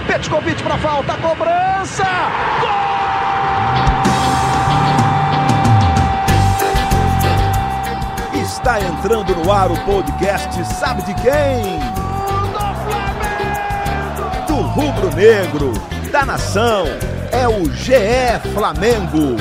Petkovic para falta, cobrança! Gol! Está entrando no ar o podcast Sabe de quem? Do Flamengo! Do rubro-negro, da nação, é o GE Flamengo.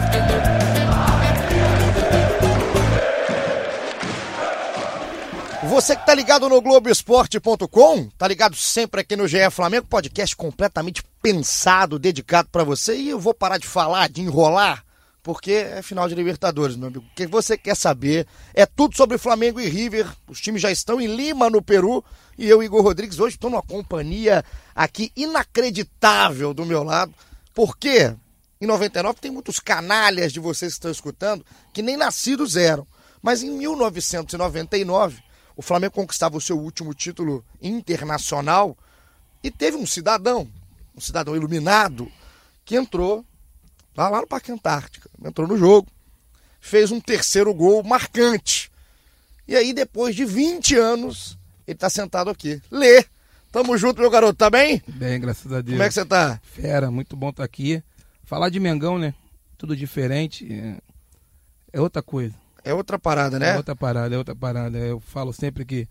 Você que tá ligado no Globoesporte.com, tá ligado sempre aqui no GE Flamengo, podcast completamente pensado, dedicado pra você, e eu vou parar de falar, de enrolar, porque é final de Libertadores, meu amigo. O que você quer saber é tudo sobre Flamengo e River. Os times já estão em Lima, no Peru, e eu, Igor Rodrigues, hoje estou numa companhia aqui inacreditável do meu lado, porque em 99 tem muitos canalhas de vocês que estão escutando que nem nascidos eram, mas em 1999 o Flamengo conquistava o seu último título internacional e teve um cidadão iluminado, que entrou lá no Parque Antártica, entrou no jogo, fez um terceiro gol marcante. E aí, depois de 20 anos, ele tá sentado aqui. Lê, tamo junto, meu garoto, tá bem? Bem, graças a Deus. Como é que você tá? Fera, muito bom estar aqui. Falar de Mengão, né? Tudo diferente, é outra coisa. É outra parada, né? É outra parada. Eu falo sempre que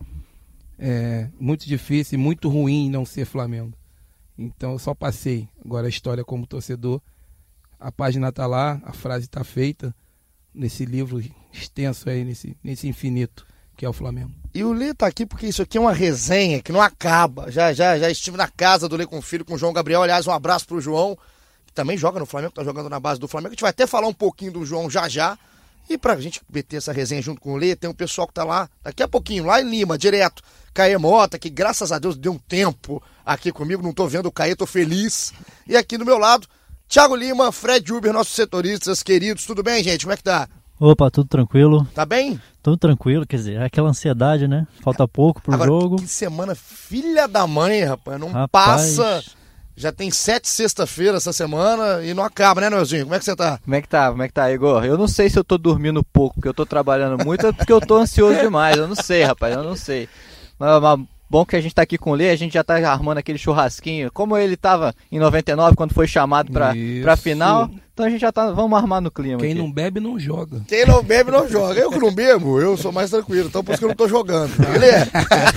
é muito difícil e muito ruim não ser Flamengo. Então eu só passei. Agora a história como torcedor, a página tá lá, a frase tá feita nesse livro extenso aí, nesse infinito que é o Flamengo. E o Lê tá aqui porque isso aqui é uma resenha que não acaba. Já estive na casa do Lê com o filho, com o João Gabriel. Aliás, um abraço pro João, que também joga no Flamengo, tá jogando na base do Flamengo. A gente vai até falar um pouquinho do João já. E pra gente meter essa resenha junto com o Lê, tem um pessoal que tá lá, daqui a pouquinho, lá em Lima, direto. Caê Mota, que graças a Deus deu um tempo aqui comigo, não tô vendo o Caê, tô feliz. E aqui do meu lado, Thiago Lima, Fred Uber, nossos setoristas queridos. Tudo bem, gente? Como é que tá? Opa, tudo tranquilo. Tá bem? Tudo tranquilo, quer dizer, é aquela ansiedade, né? Falta pouco pro Agora, jogo. Que semana filha da mãe, rapaz. Não Rapaz. passa. Já tem 7 sexta-feira essa semana e não acaba, né, Noelzinho? Como é que você tá? Como é que tá, Igor? Eu não sei se eu tô dormindo pouco, porque eu tô trabalhando muito, ou porque eu tô ansioso demais. Eu não sei, rapaz, eu não sei. Mas bom que a gente tá aqui com o Lê, a gente já tá armando aquele churrasquinho. Como ele tava em 99, quando foi chamado pra final, então a gente já tá, vamos armar no clima. Quem aqui. não bebe não joga. Quem não bebe não joga. Eu que não bebo, eu sou mais tranquilo. Então por isso que eu não tô jogando. Ele é.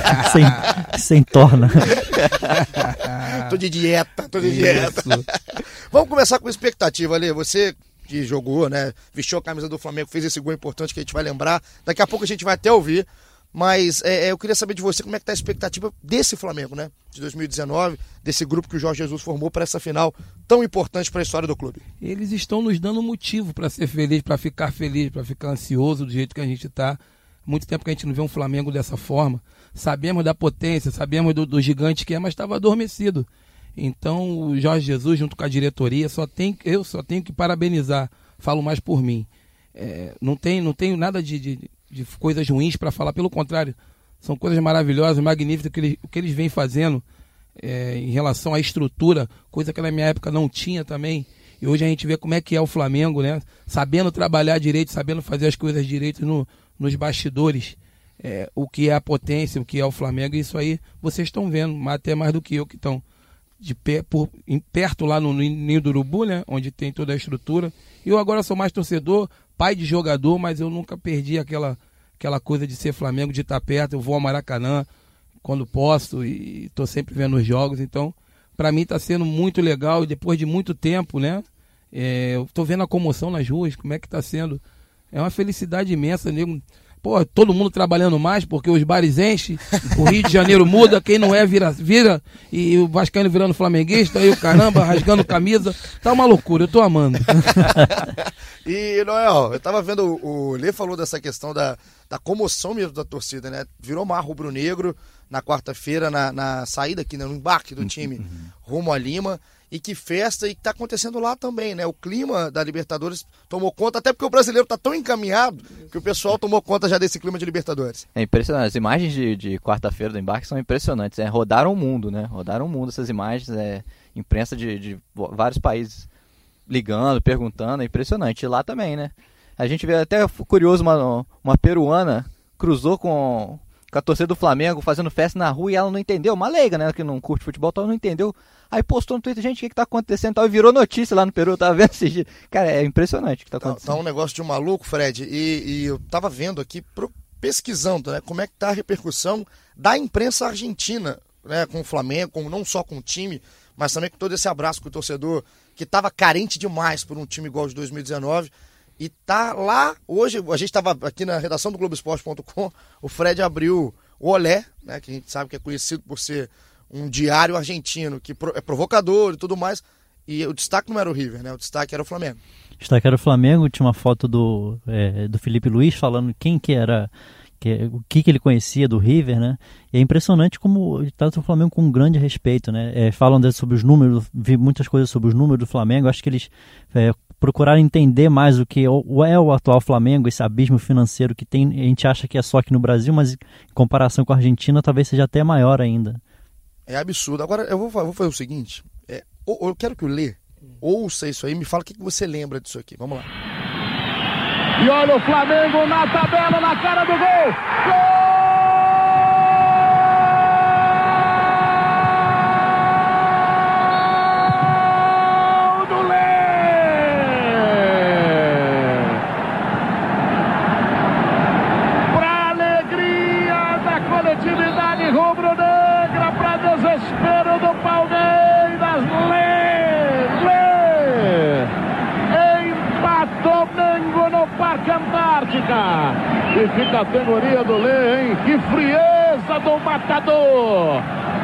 Sem torna. Tô de dieta. Vamos começar com expectativa, Lê. Você que jogou, né? Vestiu a camisa do Flamengo, fez esse gol importante que a gente vai lembrar. Daqui a pouco a gente vai até ouvir. Mas eu queria saber de você como é que tá a expectativa desse Flamengo, né? De 2019, desse grupo que o Jorge Jesus formou para essa final tão importante para a história do clube. Eles estão nos dando motivo para ser feliz, para ficar ansioso do jeito que a gente tá. Muito tempo que a gente não vê um Flamengo dessa forma. Sabemos da potência, sabemos do gigante que é, mas estava adormecido. Então o Jorge Jesus, junto com a diretoria, eu só tenho que parabenizar. Falo mais por mim. Não tenho nada de coisas ruins para falar, pelo contrário, são coisas maravilhosas, magníficas o que eles vêm fazendo em relação à estrutura, coisa que na minha época não tinha também, e hoje a gente vê como é que é o Flamengo, né? Sabendo trabalhar direito, sabendo fazer as coisas direito nos bastidores, o que é a potência, o que é o Flamengo, e isso aí vocês estão vendo, até mais do que eu, que estão perto lá no Ninho do Urubu, né? Onde tem toda a estrutura. Eu agora sou mais torcedor, pai de jogador, mas eu nunca perdi aquela coisa de ser Flamengo, de estar perto. Eu vou ao Maracanã quando posso e estou sempre vendo os jogos. Então, para mim está sendo muito legal, e depois de muito tempo, né? Eu estou vendo a comoção nas ruas, como é que está sendo. É uma felicidade imensa, nego. Pô, todo mundo trabalhando mais, porque os bares enchem, o Rio de Janeiro muda, quem não é vira, e o vascaíno virando flamenguista, aí o caramba, rasgando camisa, tá uma loucura, eu tô amando. E, Noel, eu tava vendo, o Lê falou dessa questão da comoção mesmo da torcida, né? Virou mar rubro-negro na quarta-feira, na saída aqui, né? No embarque do time rumo a Lima. E que festa, e que tá acontecendo lá também, né? O clima da Libertadores tomou conta, até porque o brasileiro tá tão encaminhado que o pessoal tomou conta já desse clima de Libertadores. É impressionante, as imagens de quarta-feira do embarque são impressionantes, rodaram o mundo, né? Rodaram o mundo essas imagens, imprensa de vários países ligando, perguntando, é impressionante. E lá também, né? A gente vê até curioso, uma peruana cruzou com com a torcida do Flamengo fazendo festa na rua e ela não entendeu, uma leiga, né, que não curte futebol, então não entendeu. Aí postou no Twitter, gente, o que tá acontecendo? Tal, e virou notícia lá no Peru, eu tava vendo esses dias. Cara, é impressionante o que tá acontecendo. Tá um negócio de maluco, Fred, e eu tava vendo aqui, pesquisando, né, como é que tá a repercussão da imprensa argentina, né, com o Flamengo, não só com o time, mas também com todo esse abraço com o torcedor que tava carente demais por um time igual de 2019. E tá lá, hoje, a gente estava aqui na redação do Globoesporte.com, o Fred abriu o Olé, né, que a gente sabe que é conhecido por ser um diário argentino, que é provocador e tudo mais, e o destaque não era o River, né, o destaque era o Flamengo. O destaque era o Flamengo, tinha uma foto do Felipe Luiz falando quem que era, o que ele conhecia do River, né, e é impressionante como ele trata o Flamengo com um grande respeito, né, falam sobre os números, vi muitas coisas sobre os números do Flamengo, acho que eles procuraram entender mais o que é o atual Flamengo, esse abismo financeiro que tem, a gente acha que é só aqui no Brasil, mas em comparação com a Argentina talvez seja até maior ainda. É absurdo. Agora eu vou fazer o seguinte, eu quero que o Lê ouça isso aí, me fala o que você lembra disso aqui, vamos lá. E olha o Flamengo na tabela, na cara do gol. Gol! Rubro-negra para desespero do Palmeiras. Empatou Mengo no Parque Antártica. E que categoria do Lê, hein? Que frieza do matador.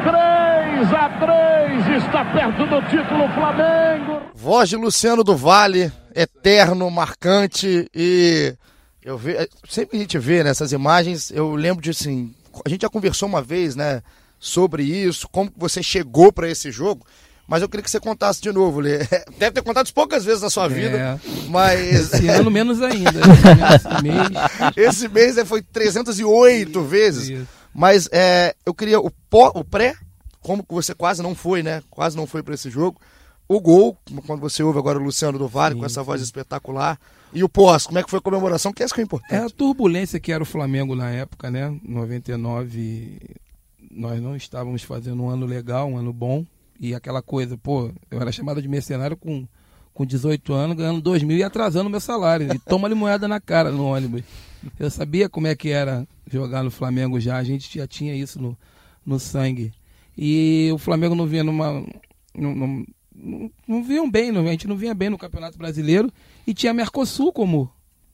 3-3, está perto do título Flamengo. Voz de Luciano do Vale, eterno, marcante. E sempre a gente vê nessas imagens, eu lembro de assim, a gente já conversou uma vez, né, sobre isso, como que você chegou para esse jogo, mas eu queria que você contasse de novo, Lê. Deve ter contado isso poucas vezes na sua vida, mas... Esse ano menos ainda. Esse mês foi 308 vezes. Isso. Mas eu queria o pré, como que você quase não foi, né? Quase não foi para esse jogo. O gol, quando você ouve agora o Luciano do Vale, com essa voz espetacular. E o pós, como é que foi a comemoração? Que essa que é importante. É a turbulência que era o Flamengo na época, né? 99, nós não estávamos fazendo um ano legal, um ano bom. E aquela coisa, eu era chamado de mercenário com 18 anos, ganhando 2.000 e atrasando meu salário. E toma-lhe moeda na cara no ônibus. Eu sabia como é que era jogar no Flamengo já, a gente já tinha isso no sangue. E o Flamengo não vinha não vinham bem, a gente não vinha bem no Campeonato Brasileiro e tinha a Mercosul como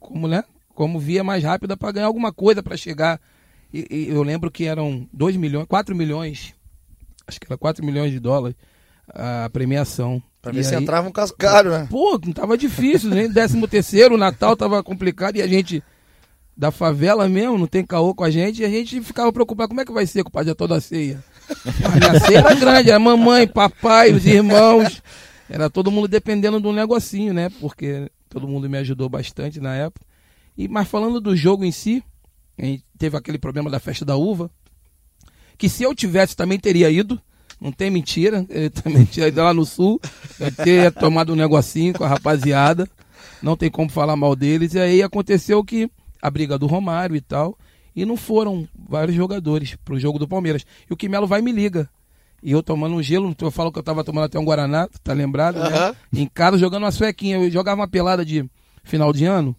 via mais rápida para ganhar alguma coisa, para chegar. E eu lembro que eram 4 milhões, acho que era 4 milhões de dólares a premiação. Pra ver se entrava um caso caro, né? Não tava difícil, nem 13º, o Natal tava complicado e a gente da favela mesmo, não tem caô com a gente, e a gente ficava preocupado, como é que vai ser, compadre, toda a ceia? A minha ceia era grande, era mamãe, papai, os irmãos, era todo mundo dependendo de um negocinho, né? Porque todo mundo me ajudou bastante na época. Mas falando do jogo em si, a gente teve aquele problema da festa da uva, que se eu tivesse também teria ido, não tem mentira, eu também tinha ido lá no sul, eu teria tomado um negocinho com a rapaziada, não tem como falar mal deles, e aí aconteceu que a briga do Romário e tal, e não foram vários jogadores pro jogo do Palmeiras. E o Quimelo vai e me liga. E eu tomando um gelo, eu falo que eu tava tomando até um Guaraná, tá lembrado, né? Em casa jogando uma suequinha. Eu jogava uma pelada de final de ano,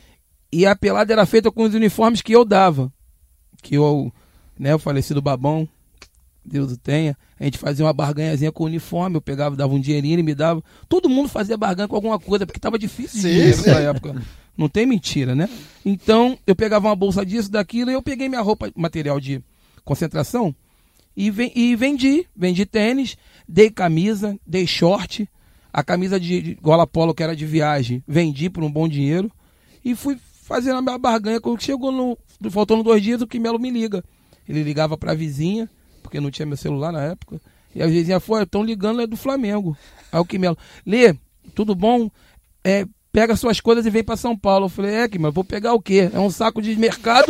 e a pelada era feita com os uniformes que eu dava. Que o falecido Babão, Deus o tenha, a gente fazia uma barganhazinha com o uniforme, eu dava um dinheirinho, ele me dava. Todo mundo fazia barganha com alguma coisa, porque tava difícil de dinheiro na época. Não tem mentira, né? Então, eu pegava uma bolsa disso, daquilo, e eu peguei minha roupa, material de concentração, e vendi tênis, dei camisa, dei short, a camisa de gola polo, que era de viagem, vendi por um bom dinheiro, e fui fazendo a minha barganha. Quando chegou faltando 2 dias, o Quimelo me liga. Ele ligava pra vizinha, porque não tinha meu celular na época, e a vizinha estão ligando, é do Flamengo. Aí o Quimelo, Lê, tudo bom? Pega suas coisas e vem pra São Paulo. Eu falei, mas vou pegar o quê? É um saco de mercado,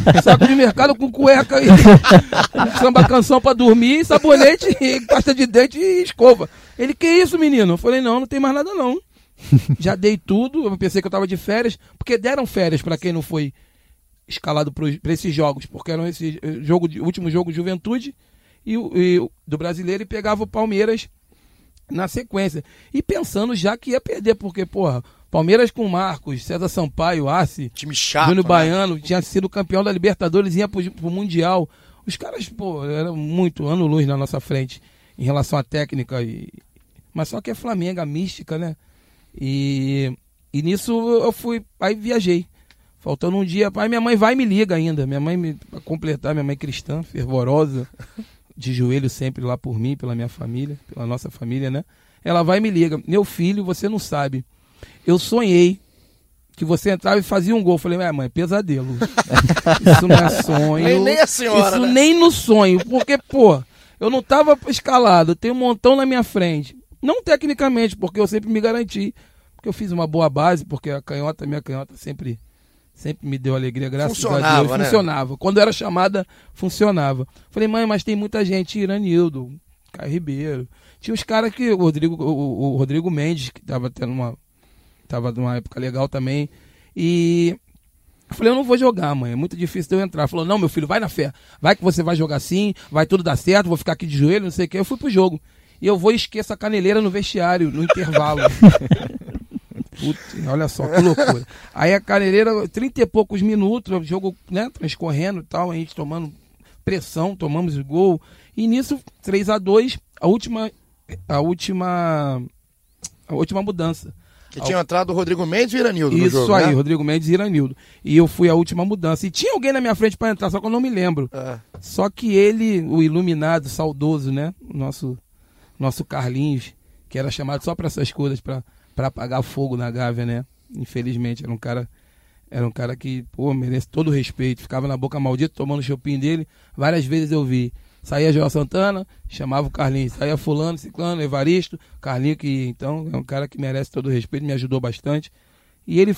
com cueca e samba canção pra dormir, sabonete, pasta de dente e escova. Ele, que isso, menino? Eu falei, não tem mais nada não. Já dei tudo, eu pensei que eu tava de férias, porque deram férias pra quem não foi escalado para esses jogos, porque eram esse último jogo Juventude e do Brasileiro, e pegava o Palmeiras na sequência. E pensando já que ia perder, porque, porra, Palmeiras com Marcos, César Sampaio, Arce, time chato, Júnior né? Baiano, tinha sido campeão da Libertadores, ia pro Mundial. Os caras, pô, eram muito ano-luz na nossa frente em relação à técnica. Mas só que é Flamengo, a mística, né? E nisso eu fui, aí viajei. Faltando um dia, pai, minha mãe vai e me liga ainda. Minha mãe, pra completar, minha mãe cristã, fervorosa, de joelho sempre lá por mim, pela minha família, pela nossa família, né? Ela vai e me liga: meu filho, você não sabe, eu sonhei que você entrava e fazia um gol. Eu falei: mãe, pesadelo. Isso não é sonho. Nem a senhora, isso, né? nem no sonho, porque, pô, eu não tava escalado, tem um montão na minha frente. Não tecnicamente, porque eu sempre me garanti, porque eu fiz uma boa base, porque minha canhota sempre me deu alegria, graças a Deus. Né? Funcionava. Quando era chamada, funcionava. Falei: mãe, mas tem muita gente, Iranildo, Caio Ribeiro. Tinha os caras que, o Rodrigo Mendes, que tava numa época legal também. E eu falei: eu não vou jogar, mãe, é muito difícil de eu entrar. Falou: não, meu filho, vai na fé. Vai que você vai jogar assim, vai tudo dar certo, vou ficar aqui de joelho, não sei o que. Eu fui pro jogo. E eu vou e esqueço a caneleira no vestiário, no intervalo. Putz, olha só que loucura. Aí a caneleira, 30 e poucos minutos, o jogo, né, transcorrendo e tal, a gente tomando pressão, tomamos o gol. E nisso, 3-2, a última mudança. Que tinha entrado o Rodrigo Mendes e o Iranildo no jogo, Isso aí, né? Rodrigo Mendes e Iranildo. E eu fui a última mudança. E tinha alguém na minha frente para entrar, só que eu não me lembro. Só que ele, o iluminado, saudoso, né, nosso Carlinhos, que era chamado só para essas coisas, para apagar fogo na Gávea, né? Infelizmente, era um cara que, pô, merece todo o respeito. Ficava na boca maldita, tomando o chopinho dele. Várias vezes eu vi. Saía Joel Santana, chamava o Carlinhos. Saía fulano, ciclano, Evaristo, Carlinhos, que então é um cara que merece todo o respeito, me ajudou bastante. E ele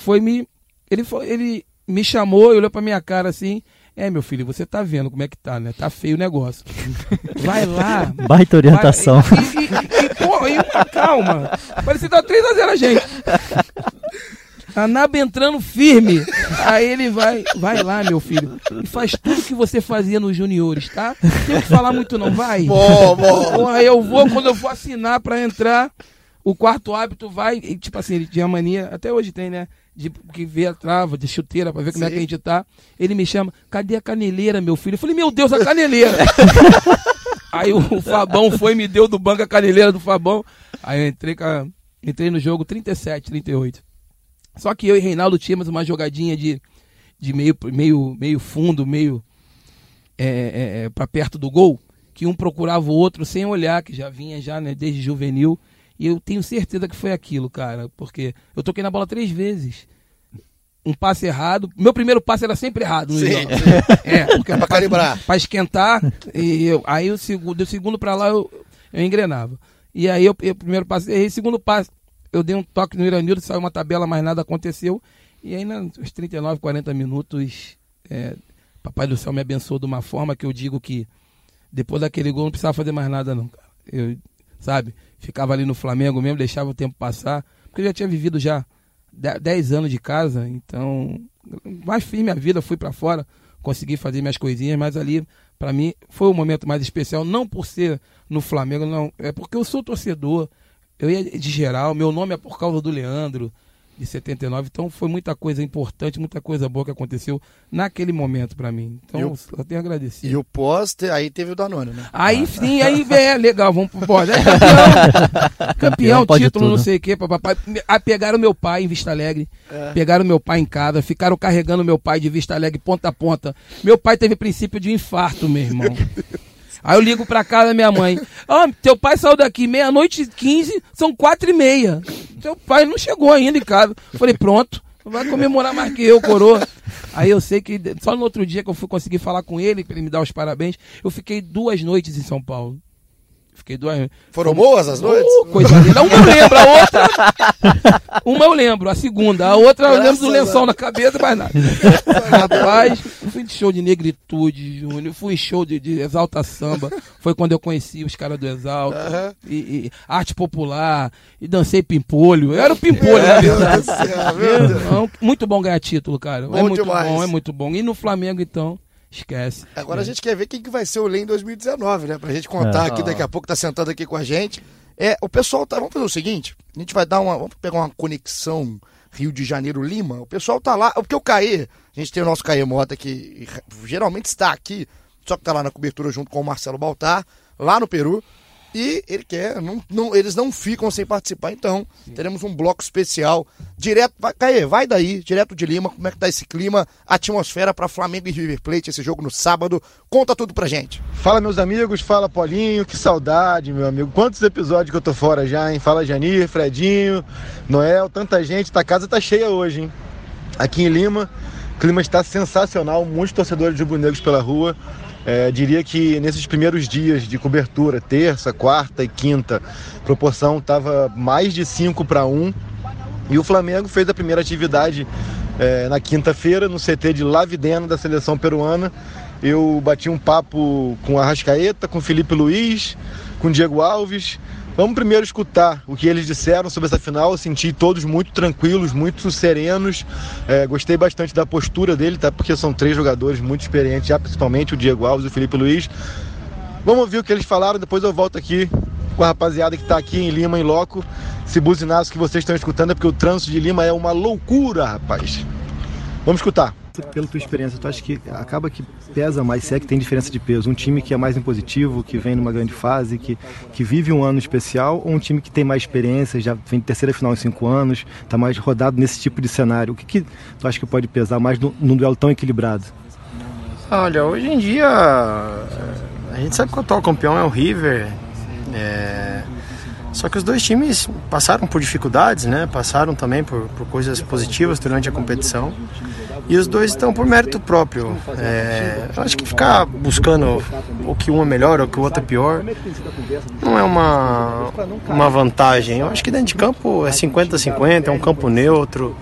me chamou e olhou pra minha cara assim: meu filho, você tá vendo como é que tá, né? Tá feio o negócio. Vai lá. Baita orientação. Porra, e uma calma. Parecia que tá 3-0 a gente. A Naba entrando firme. Aí ele vai lá, meu filho, e faz tudo que você fazia nos juniores, tá? Não tem o que falar muito não, vai. Bom. Porra, quando eu vou assinar pra entrar, o quarto árbitro vai, e, tipo assim, ele tinha mania, até hoje tem, né? De que ver a trava, de chuteira, pra ver como é que a gente tá. Ele me chama: cadê a caneleira, meu filho? Eu falei: meu Deus, a caneleira! Aí o Fabão foi e me deu do banco a caneleira do Fabão. Aí eu entrei no jogo 37, 38. Só que eu e Reinaldo tínhamos uma jogadinha de meio fundo, meio pra perto do gol, que um procurava o outro sem olhar, que já vinha né, desde juvenil. E eu tenho certeza que foi aquilo, cara, porque eu toquei na bola 3 vezes. Um passe errado. Meu primeiro passe era sempre errado. Sim. Porque pra calibrar. Pra esquentar. Aí o segundo pra lá eu engrenava. E aí o primeiro passe, errei. Segundo passe, eu dei um toque no Iranildo, saiu uma tabela, mas nada aconteceu. E aí, nos 39, 40 minutos, Papai do Céu me abençoou de uma forma que eu digo que depois daquele gol não precisava fazer mais nada, não, cara. Eu, ficava ali no Flamengo mesmo, deixava o tempo passar, porque eu já tinha vivido já 10 anos de casa, então, mais firme a vida, fui pra fora, consegui fazer minhas coisinhas, mas ali, pra mim, foi o momento mais especial, não por ser no Flamengo, não, é porque eu sou torcedor, eu ia de geral, meu nome é por causa do Leandro, de 79, então foi muita coisa importante, muita coisa boa que aconteceu naquele momento pra mim, então eu tenho agradecido. E o pós, aí teve o Danone, né? Aí sim, aí legal, vamos pro pós. Campeão, título, não sei o que, papai. Pegaram meu pai em Vista Alegre, pegaram meu pai em casa, ficaram carregando meu pai de Vista Alegre ponta a ponta. Meu pai teve princípio de infarto, meu irmão. Aí eu ligo pra casa da minha mãe: teu pai saiu daqui 00:15, são 4:30. Teu pai não chegou ainda em casa. Falei: pronto, vai comemorar mais que eu, coroa. Aí eu sei que só no outro dia que eu fui conseguir falar com ele, pra ele me dar os parabéns, eu fiquei 2 noites em São Paulo. Fiquei 2. Foram boas as noites? Coisa linda. Uma eu lembro, a outra. Uma eu lembro, a segunda. A outra eu lembro do lençol na cabeça, mais nada. Rapaz, fui de show de negritude, Júnior. Fui show de Exalta Samba. Foi quando eu conheci os caras do Exalta. E arte popular. E dancei pimpolho. Eu era o pimpolho, na verdade. Muito bom ganhar título, cara. Bom demais. É muito bom. E no Flamengo, então. Esquece. Agora a gente quer ver quem que vai ser o Lê em 2019, né? Pra gente contar aqui, daqui a pouco tá sentado aqui com a gente. O pessoal tá... Vamos fazer o seguinte, a gente vai dar vamos pegar uma conexão Rio de Janeiro-Lima. O pessoal tá lá, porque o Caê, a gente tem o nosso Caê Mota que geralmente está aqui, só que tá lá na cobertura junto com o Marcelo Baltar, lá no Peru. E ele quer, eles não ficam sem participar, então teremos um bloco especial direto, Caê, vai daí, direto de Lima, como é que tá esse clima, atmosfera para Flamengo e River Plate, esse jogo no sábado, conta tudo pra gente. Fala meus amigos, fala Paulinho, que saudade meu amigo, quantos episódios que eu tô fora já, hein, fala Janir, Fredinho, Noel, tanta gente, a casa tá cheia hoje, hein, aqui em Lima, o clima está sensacional, muitos torcedores de rubro-negros pela rua. Diria que nesses primeiros dias de cobertura, terça, quarta e quinta, a proporção estava mais de 5-1. E o Flamengo fez a primeira atividade na quinta-feira no CT de Lavidena da seleção peruana. Eu bati um papo com a Arrascaeta, com o Felipe Luiz, com o Diego Alves. Vamos primeiro escutar o que eles disseram sobre essa final. Eu senti todos muito tranquilos, muito serenos. Gostei bastante da postura dele, tá? Porque são 3 jogadores muito experientes, já principalmente o Diego Alves e o Felipe Luiz. Vamos ouvir o que eles falaram, depois eu volto aqui com a rapaziada que está aqui em Lima, em loco. Esse buzinaço que vocês estão escutando é porque o trânsito de Lima é uma loucura, rapaz. Vamos escutar. Pela tua experiência, tu acha que acaba que pesa mais, se é que tem diferença de peso? Um time que é mais impositivo, que vem numa grande fase, que vive um ano especial, ou um time que tem mais experiência, já vem de terceira final em 5 anos, está mais rodado nesse tipo de cenário? O que tu acha que pode pesar mais num duelo tão equilibrado? Olha, hoje em dia a gente sabe que o atual campeão é o River, só que os dois times passaram por dificuldades, né? Passaram também por coisas positivas durante a competição. E os dois estão por mérito próprio. Eu acho que ficar buscando o que um é melhor ou que o outro é pior não é uma vantagem. Eu acho que dentro de campo é 50-50, é um campo neutro.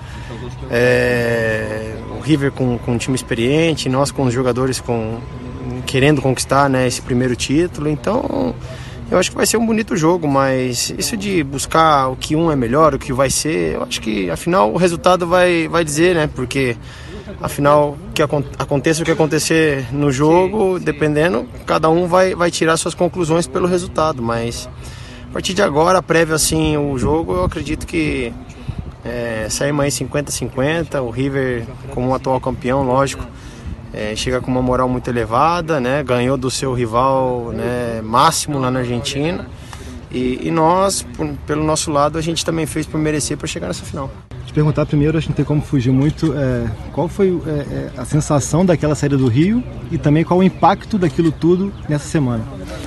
O River com um time experiente, nós com os jogadores querendo conquistar, né, esse primeiro título. Então eu acho que vai ser um bonito jogo, mas isso de buscar o que um é melhor, o que vai ser, eu acho que afinal o resultado vai dizer, né? Porque afinal, aconteça o que acontecer no jogo, dependendo, cada um vai tirar suas conclusões pelo resultado. Mas a partir de agora, prévio assim o jogo, eu acredito que saímos aí 50-50, o River como um atual campeão, lógico, chega com uma moral muito elevada, né? Ganhou do seu rival, né, máximo lá na Argentina, e nós, pelo nosso lado, a gente também fez por merecer para chegar nessa final. Te perguntar primeiro, acho que não tem como fugir muito, qual foi a sensação daquela saída do Rio e também qual o impacto daquilo tudo nessa semana?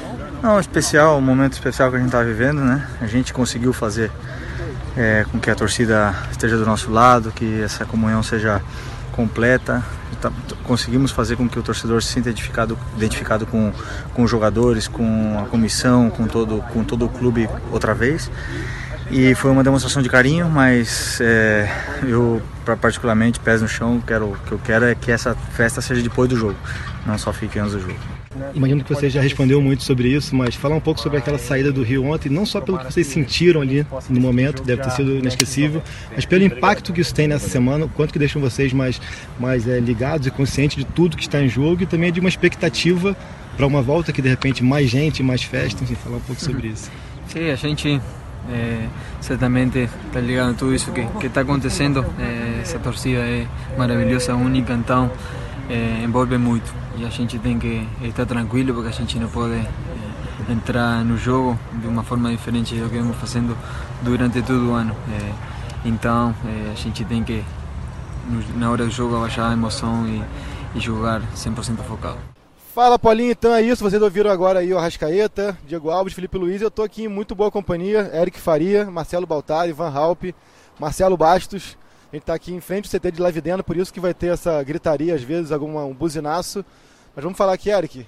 Um momento especial que a gente está vivendo, né? A gente conseguiu fazer com que a torcida esteja do nosso lado, que essa comunhão seja completa. Conseguimos fazer com que o torcedor se sinta identificado com os jogadores, com a comissão, com todo o clube outra vez. E foi uma demonstração de carinho, mas eu particularmente, pés no chão, o que eu quero é que essa festa seja depois do jogo, não só fique antes do jogo. Imagino que você já respondeu muito sobre isso, mas fala um pouco sobre aquela saída do Rio ontem, não só pelo que vocês sentiram ali no momento, deve ter sido inesquecível, mas pelo impacto que isso tem nessa semana, o quanto que deixam vocês mais ligados e conscientes de tudo que está em jogo e também de uma expectativa para uma volta que de repente mais gente, mais festa, enfim, falar um pouco sobre isso. Sim, a gente certamente está ligado a tudo isso que está acontecendo, essa torcida é maravilhosa, única, então envolve muito e a gente tem que estar tranquilo porque a gente não pode entrar no jogo de uma forma diferente do que vamos fazendo durante todo o ano. Então a gente tem que, na hora do jogo, abaixar a emoção e jogar 100% focado. Fala, Paulinho, então é isso, vocês ouviram agora aí o Arrascaeta, Diego Alves, Felipe Luiz, eu tô aqui em muito boa companhia, Eric Faria, Marcelo Baltar, Ivan Halpe, Marcelo Bastos. A gente está aqui em frente ao CT de Lavidena, por isso que vai ter essa gritaria, às vezes, um buzinaço. Mas vamos falar aqui, Eric.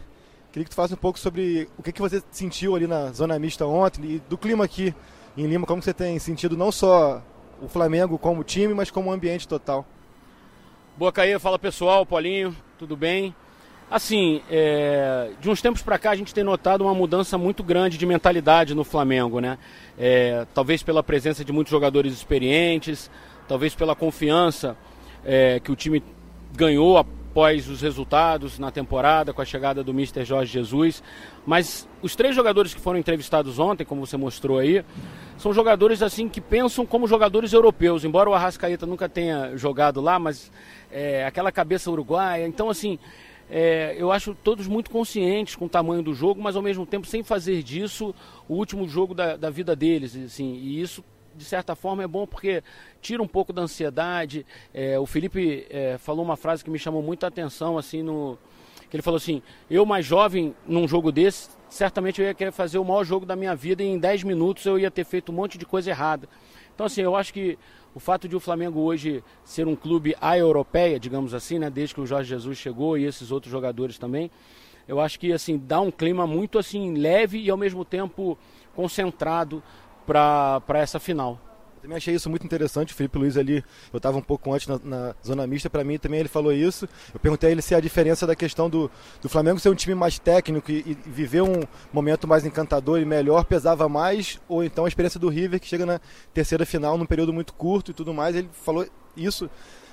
Queria que tu falasse um pouco sobre o que você sentiu ali na zona mista ontem e do clima aqui em Lima, como você tem sentido não só o Flamengo como time, mas como ambiente total. Boa, Caê, fala pessoal, Paulinho, tudo bem? Assim, de uns tempos para cá a gente tem notado uma mudança muito grande de mentalidade no Flamengo, né? Talvez pela presença de muitos jogadores experientes, talvez pela confiança que o time ganhou após os resultados na temporada, com a chegada do Mr. Jorge Jesus. Mas os 3 jogadores que foram entrevistados ontem, como você mostrou aí, são jogadores assim que pensam como jogadores europeus, embora o Arrascaeta nunca tenha jogado lá, mas aquela cabeça uruguaia. Então, assim, eu acho todos muito conscientes com o tamanho do jogo, mas ao mesmo tempo sem fazer disso o último jogo da vida deles. Assim, e isso, de certa forma, é bom porque tira um pouco da ansiedade. O Felipe falou uma frase que me chamou muito a atenção, assim, que ele falou assim: eu mais jovem num jogo desse, certamente eu ia querer fazer o maior jogo da minha vida e em 10 minutos eu ia ter feito um monte de coisa errada. Então, assim, eu acho que o fato de o Flamengo hoje ser um clube europeia, digamos assim, né, desde que o Jorge Jesus chegou e esses outros jogadores também, eu acho que, assim, dá um clima muito, assim, leve e ao mesmo tempo concentrado para essa final. Eu também achei isso muito interessante. O Felipe Luiz ali, eu estava um pouco antes na zona mista, para mim também ele falou isso. Eu perguntei a ele se a diferença da questão do Flamengo ser um time mais técnico e viver um momento mais encantador e melhor pesava mais, ou então a experiência do River, que chega na terceira final num período muito curto e tudo mais. Ele falou isso,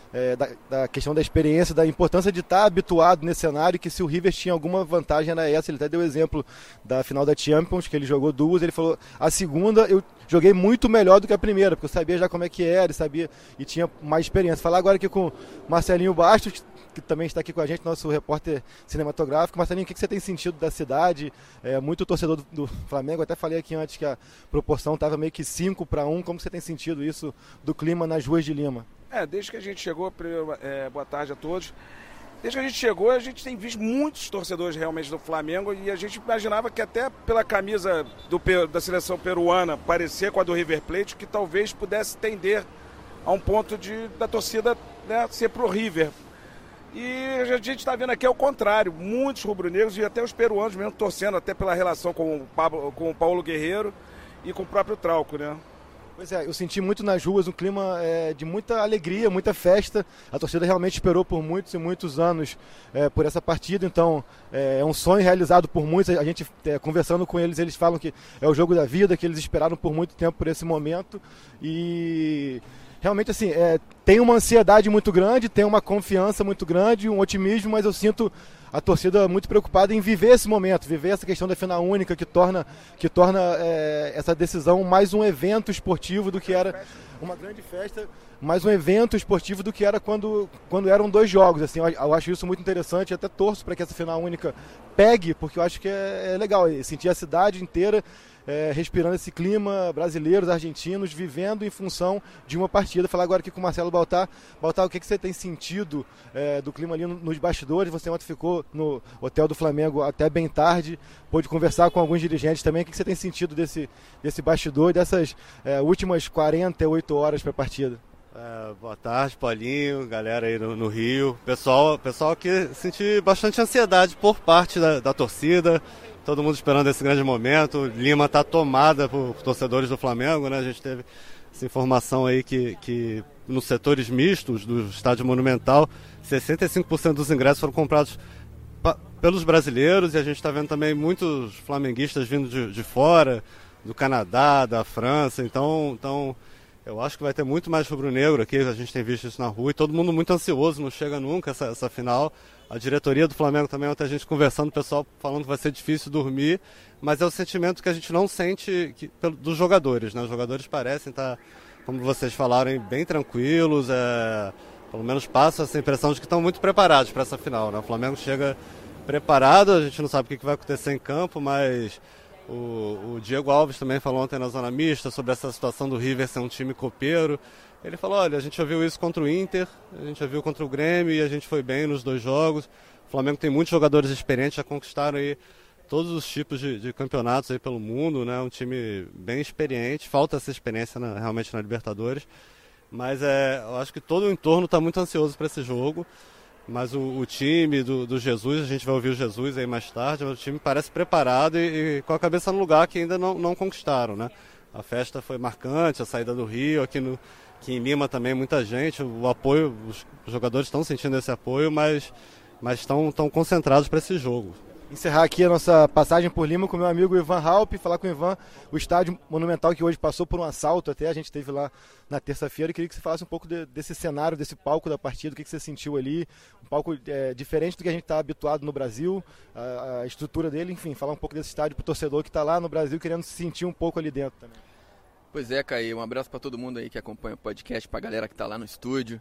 da questão da experiência, da importância de estar habituado nesse cenário, que se o River tinha alguma vantagem era essa. Ele até deu o exemplo da final da Champions, que ele jogou 2, ele falou: a segunda eu joguei muito melhor do que a primeira, porque eu sabia já como é que era, e tinha mais experiência. Falar agora aqui com Marcelinho Bastos, que também está aqui com a gente, nosso repórter cinematográfico. Marcelinho, o que você tem sentido da cidade? Muito torcedor do Flamengo, até falei aqui antes que a proporção estava meio que 5-1, como você tem sentido isso do clima nas ruas de Lima? Desde que a gente chegou, boa tarde a todos, desde que a gente chegou, a gente tem visto muitos torcedores realmente do Flamengo, e a gente imaginava que até pela camisa da seleção peruana parecer com a do River Plate, que talvez pudesse tender a um ponto da torcida, né, ser pro River. E a gente está vendo aqui ao contrário, muitos rubro-negros e até os peruanos mesmo torcendo, até pela relação com o Paulo Guerreiro e com o próprio Trauco, né? Pois eu senti muito nas ruas um clima de muita alegria, muita festa. A torcida realmente esperou por muitos e muitos anos por essa partida, então é um sonho realizado por muitos. A gente conversando com eles, eles falam que é o jogo da vida, que eles esperaram por muito tempo por esse momento. E realmente, assim, tem uma ansiedade muito grande, tem uma confiança muito grande, um otimismo, mas eu sinto a torcida muito preocupada em viver esse momento, viver essa questão da final única, que torna essa decisão mais um evento esportivo do que era uma grande festa, mais um evento esportivo do que era quando eram 2 jogos. Assim, eu acho isso muito interessante, até torço para que essa final única pegue, porque eu acho que é legal sentir a cidade inteira respirando esse clima, brasileiros, argentinos, vivendo em função de uma partida. Falar agora aqui com o Marcelo Baltar. Baltar, o que você tem sentido do clima ali nos bastidores? Você ontem ficou no hotel do Flamengo até bem tarde, pôde conversar com alguns dirigentes também. O que você tem sentido desse bastidor, dessas últimas 48 horas para a partida? Boa tarde, Paulinho, galera aí no Rio. Pessoal que senti bastante ansiedade por parte da torcida. Todo mundo esperando esse grande momento. Lima está tomada por torcedores do Flamengo, né? A gente teve essa informação aí que nos setores mistos do Estádio Monumental, 65% dos ingressos foram comprados pelos brasileiros, e a gente está vendo também muitos flamenguistas vindo de fora, do Canadá, da França. Então eu acho que vai ter muito mais rubro-negro aqui, a gente tem visto isso na rua, e todo mundo muito ansioso, não chega nunca essa final. A diretoria do Flamengo também, ontem a gente conversando, o pessoal falando que vai ser difícil dormir, mas é o sentimento que a gente não sente dos jogadores, né? Os jogadores parecem estar, como vocês falaram, bem tranquilos, pelo menos passa essa impressão de que estão muito preparados para essa final, né? O Flamengo chega preparado, a gente não sabe o que vai acontecer em campo, mas o Diego Alves também falou ontem na zona mista sobre essa situação do River ser um time copeiro. Ele falou: olha, a gente já viu isso contra o Inter, a gente já viu contra o Grêmio e a gente foi bem nos 2 jogos. O Flamengo tem muitos jogadores experientes, já conquistaram aí todos os tipos de campeonatos aí pelo mundo, né? Um time bem experiente, falta essa experiência realmente na Libertadores. Mas eu acho que todo o entorno está muito ansioso para esse jogo. Mas o time do Jesus, a gente vai ouvir o Jesus aí mais tarde, o time parece preparado e com a cabeça no lugar que ainda não conquistaram, né? A festa foi marcante, a saída do Rio, aqui em Lima também muita gente, o apoio, os jogadores estão sentindo esse apoio, mas estão concentrados para esse jogo. Encerrar aqui a nossa passagem por Lima com o meu amigo Ivan Halp, falar com o Ivan, o estádio Monumental que hoje passou por um assalto até, a gente esteve lá na terça-feira, e queria que você falasse um pouco desse cenário, desse palco da partida, o que você sentiu ali, um palco diferente do que a gente está habituado no Brasil, a estrutura dele, enfim, falar um pouco desse estádio para o torcedor que está lá no Brasil querendo se sentir um pouco ali dentro também. Pois é, Caí, um abraço para todo mundo aí que acompanha o podcast, para a galera que está lá no estúdio.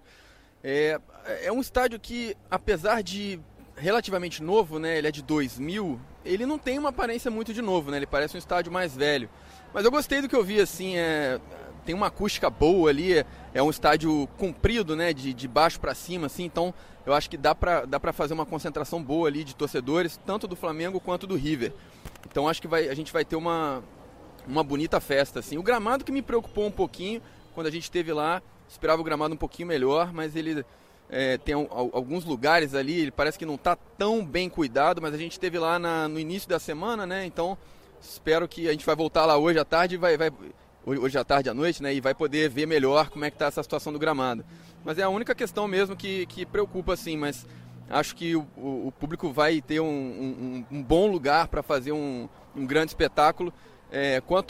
É um estádio que, apesar de relativamente novo, né, ele é de 2000, ele não tem uma aparência muito de novo, né, ele parece um estádio mais velho. Mas eu gostei do que eu vi, assim, tem uma acústica boa ali, é um estádio comprido, né, de baixo para cima, assim, então eu acho que dá pra fazer uma concentração boa ali de torcedores, tanto do Flamengo quanto do River. Então acho que a gente vai ter uma bonita festa, assim. O gramado que me preocupou um pouquinho, quando a gente esteve lá, esperava o gramado um pouquinho melhor, mas ele tem alguns lugares ali, ele parece que não está tão bem cuidado, mas a gente esteve lá no início da semana, né? Então espero que a gente vai voltar lá hoje à tarde, hoje à tarde à noite, né? E vai poder ver melhor como é que está essa situação do gramado. Mas é a única questão mesmo que preocupa, assim, mas acho que o público vai ter um bom lugar para fazer um grande espetáculo. Quanto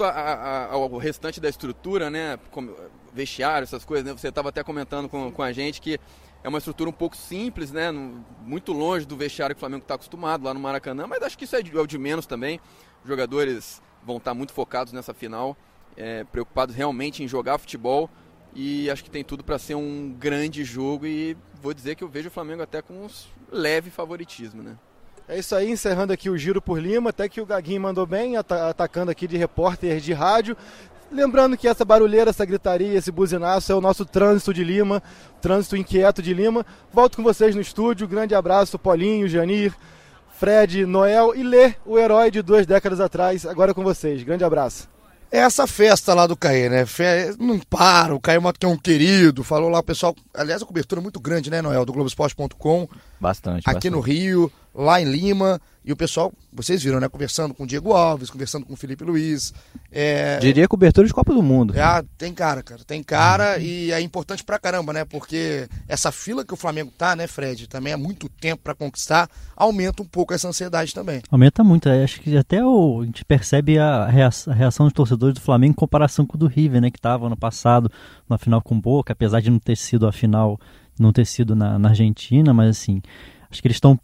ao restante da estrutura, né? Como vestiário, essas coisas, né? Você estava até comentando com a gente que é uma estrutura um pouco simples, né? Muito longe do vestiário que o Flamengo está acostumado lá no Maracanã, mas acho que isso é o de menos também. Os jogadores vão estar muito focados nessa final, preocupados realmente em jogar futebol, e acho que tem tudo para ser um grande jogo, e vou dizer que eu vejo o Flamengo até com um leve favoritismo, né? É isso aí, encerrando aqui o Giro por Lima, até que o Gaguinho mandou bem, atacando aqui de repórter de rádio. Lembrando que essa barulheira, essa gritaria, esse buzinaço é o nosso trânsito de Lima, trânsito inquieto de Lima. Volto com vocês no estúdio, grande abraço, Paulinho, Janir, Fred, Noel e Lê, o herói de 2 décadas atrás, agora com vocês. Grande abraço. Essa festa lá do Caê, né? Não para, o Caê Mota é um querido, falou lá o pessoal, aliás a cobertura é muito grande, né, Noel, do Globoesporte.com. Bastante. Aqui no Rio, lá em Lima, e o pessoal, vocês viram, né, conversando com o Diego Alves, conversando com o Felipe Luiz. Diria cobertura de Copa do Mundo. Tem cara, tem cara, e é importante pra caramba, né, porque essa fila que o Flamengo tá, né, Fred, também há muito tempo pra conquistar, aumenta um pouco essa ansiedade também. Aumenta muito, acho que até a gente percebe a reação dos torcedores do Flamengo em comparação com o do River, né, que tava ano passado na final com o Boca, apesar de não ter sido a final, não ter sido na Argentina, mas assim, acho que eles estão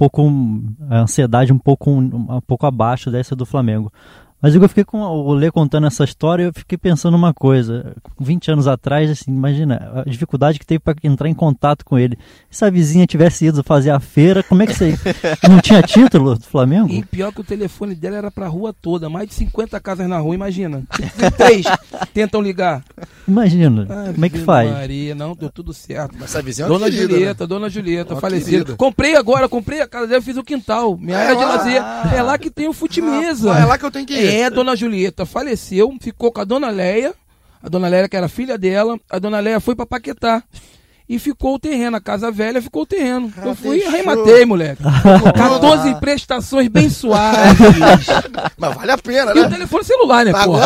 a ansiedade um pouco abaixo dessa do Flamengo. Mas eu fiquei com o Lê contando essa história, eu fiquei pensando uma coisa, 20 anos atrás, assim, imagina, a dificuldade que teve para entrar em contato com ele. Se a vizinha tivesse ido fazer a feira, como é que você... Não tinha título do Flamengo? E pior que o telefone dela era pra rua toda, mais de 50 casas na rua, imagina. 3 tentam ligar. Imagina, como é que faz? Maria, não, deu tudo certo. Mas essa vizinha Dona Julieta, falecida. Comprei a casa dela, fiz o quintal, minha área de lazer. É lá que tem o fute-mesa. É lá que eu tenho que ir. Dona Julieta faleceu, ficou com a Dona Leia, que era filha dela, a Dona Leia foi pra Paquetá. E ficou o terreno, a casa velha ficou o terreno. Eu fui e arrematei, moleque. 14 prestações bem suaves. Mas vale a pena, e né? o telefone celular, né, porra?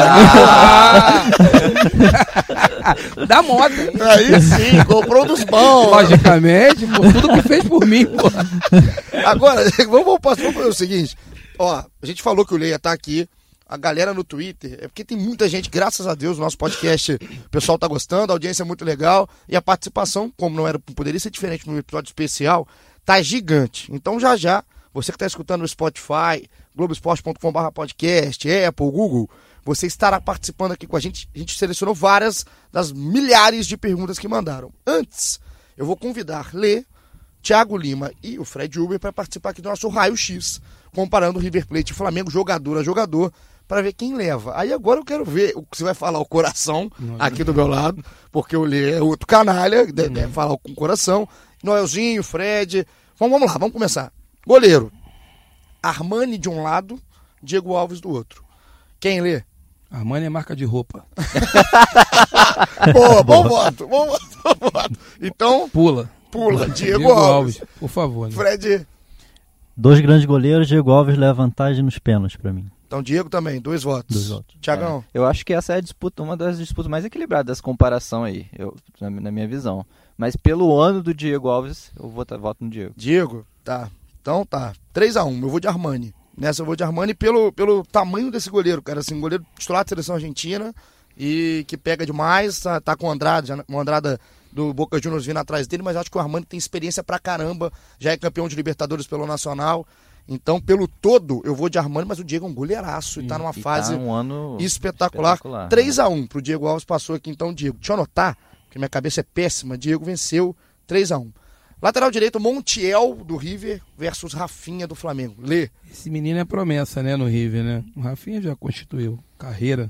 Da moda. Aí sim, comprou dos bons. Logicamente, por tudo que fez por mim, porra. Agora, vamos fazer o seguinte. Ó, a gente falou que o Leia tá aqui. A galera no Twitter, é porque tem muita gente, graças a Deus, o nosso podcast, o pessoal tá gostando, a audiência é muito legal, e a participação, como poderia ser diferente no episódio especial, tá gigante. Então já, você que tá escutando no Spotify, Globoesporte.com/podcast, Apple, Google, você estará participando aqui com a gente selecionou várias das milhares de perguntas que mandaram. Antes, eu vou convidar Lê, Thiago Lima e o Fred Uber para participar aqui do nosso raio-x, comparando o River Plate e Flamengo, jogador a jogador, para ver quem leva. Aí agora eu quero ver o que você vai falar, o coração, aqui do meu lado, porque o Lê é outro canalha, deve falar com o coração. Noelzinho, Fred. Vamos lá, vamos começar. Goleiro. Armani de um lado, Diego Alves do outro. Quem, Lê? Armani é marca de roupa. Boa, bom voto. Então... Pula. Pula, Diego Alves. Por favor. Né? Fred. 2 grandes goleiros, Diego Alves leva vantagem nos pênaltis pra mim. Então Diego também, 2 votos. 2 votos. Tiagão. Eu acho que essa é a disputa, uma das disputas mais equilibradas dessa comparação aí, na minha visão. Mas pelo ano do Diego Alves, eu voto no Diego. Diego, tá. Então tá. 3-1, eu vou de Armani. Nessa eu vou de Armani pelo tamanho desse goleiro, cara. Assim, goleiro titular da seleção argentina e que pega demais, tá com o Andrada, o Andrada do Boca Juniors vindo atrás dele, mas acho que o Armani tem experiência pra caramba, já é campeão de Libertadores pelo Nacional. Então, pelo todo, eu vou de Armani, mas o Diego é um goleiraço e tá numa fase um ano espetacular. 3-1 pro Diego Alves, passou aqui então, Diego. Deixa eu anotar, porque minha cabeça é péssima. Diego venceu 3-1. Lateral direito, Montiel do River versus Rafinha do Flamengo. Lê. Esse menino é promessa, né, no River, né? O Rafinha já constituiu carreira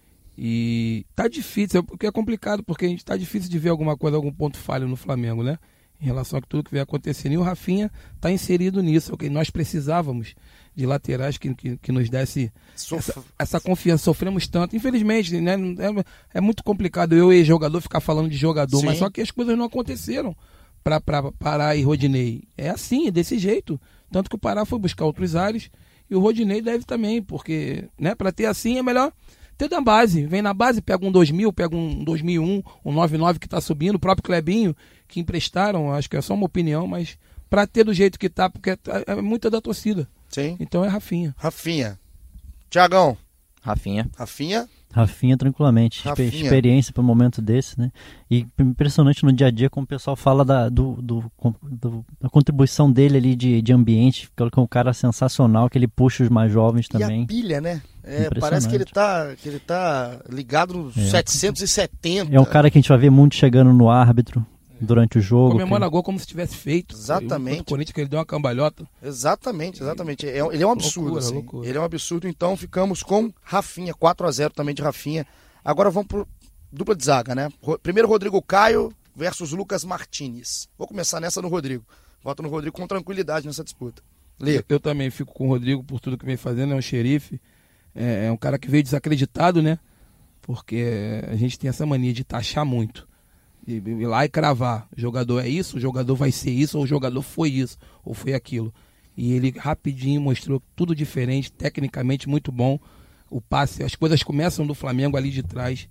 e tá difícil, porque é complicado, porque a gente tá difícil de ver alguma coisa, algum ponto falho no Flamengo, né? Em relação a tudo que vem acontecendo. E o Rafinha está inserido nisso. Okay? Nós precisávamos de laterais que nos desse essa confiança. Sofremos tanto. Infelizmente, né? É muito complicado eu e jogador ficar falando de jogador, Sim. mas só que as coisas não aconteceram para Pará e Rodinei. É assim, é desse jeito. Tanto que o Pará foi buscar outros ares e o Rodinei deve também, porque, né, para ter assim é melhor ter da base. Vem na base, pega um 2000, pega um 2001, um 99 que está subindo, o próprio Clebinho que emprestaram, acho que é só uma opinião, mas para ter do jeito que tá, porque é muita da torcida. Sim. Então é Rafinha. Tiagão. Rafinha, tranquilamente. Experiência para um momento desse, né? E impressionante no dia a dia como o pessoal fala da contribuição dele ali de ambiente, que é um cara sensacional, que ele puxa os mais jovens também. E a pilha, né? Parece que ele tá ligado no 770. É um cara que a gente vai ver muito chegando no árbitro durante o jogo. Comemora gol como se tivesse feito. Exatamente. O Corinthians que ele deu uma cambalhota. Exatamente. Ele é um absurdo. Loucura, assim. loucura. Ele é um absurdo. Então ficamos com Rafinha, 4-0 também de Rafinha. Agora vamos pro dupla de zaga, né? Primeiro Rodrigo Caio versus Lucas Martínez. Vou começar nessa no Rodrigo. Voto no Rodrigo com tranquilidade nessa disputa. Lê. Eu também fico com o Rodrigo por tudo que vem fazendo. É um xerife. É um cara que veio desacreditado, né? Porque a gente tem essa mania de taxar muito. Ir lá e cravar. O jogador é isso, o jogador vai ser isso, ou o jogador foi isso, ou foi aquilo. E ele rapidinho mostrou tudo diferente, tecnicamente muito bom. O passe, as coisas começam do Flamengo ali de trás.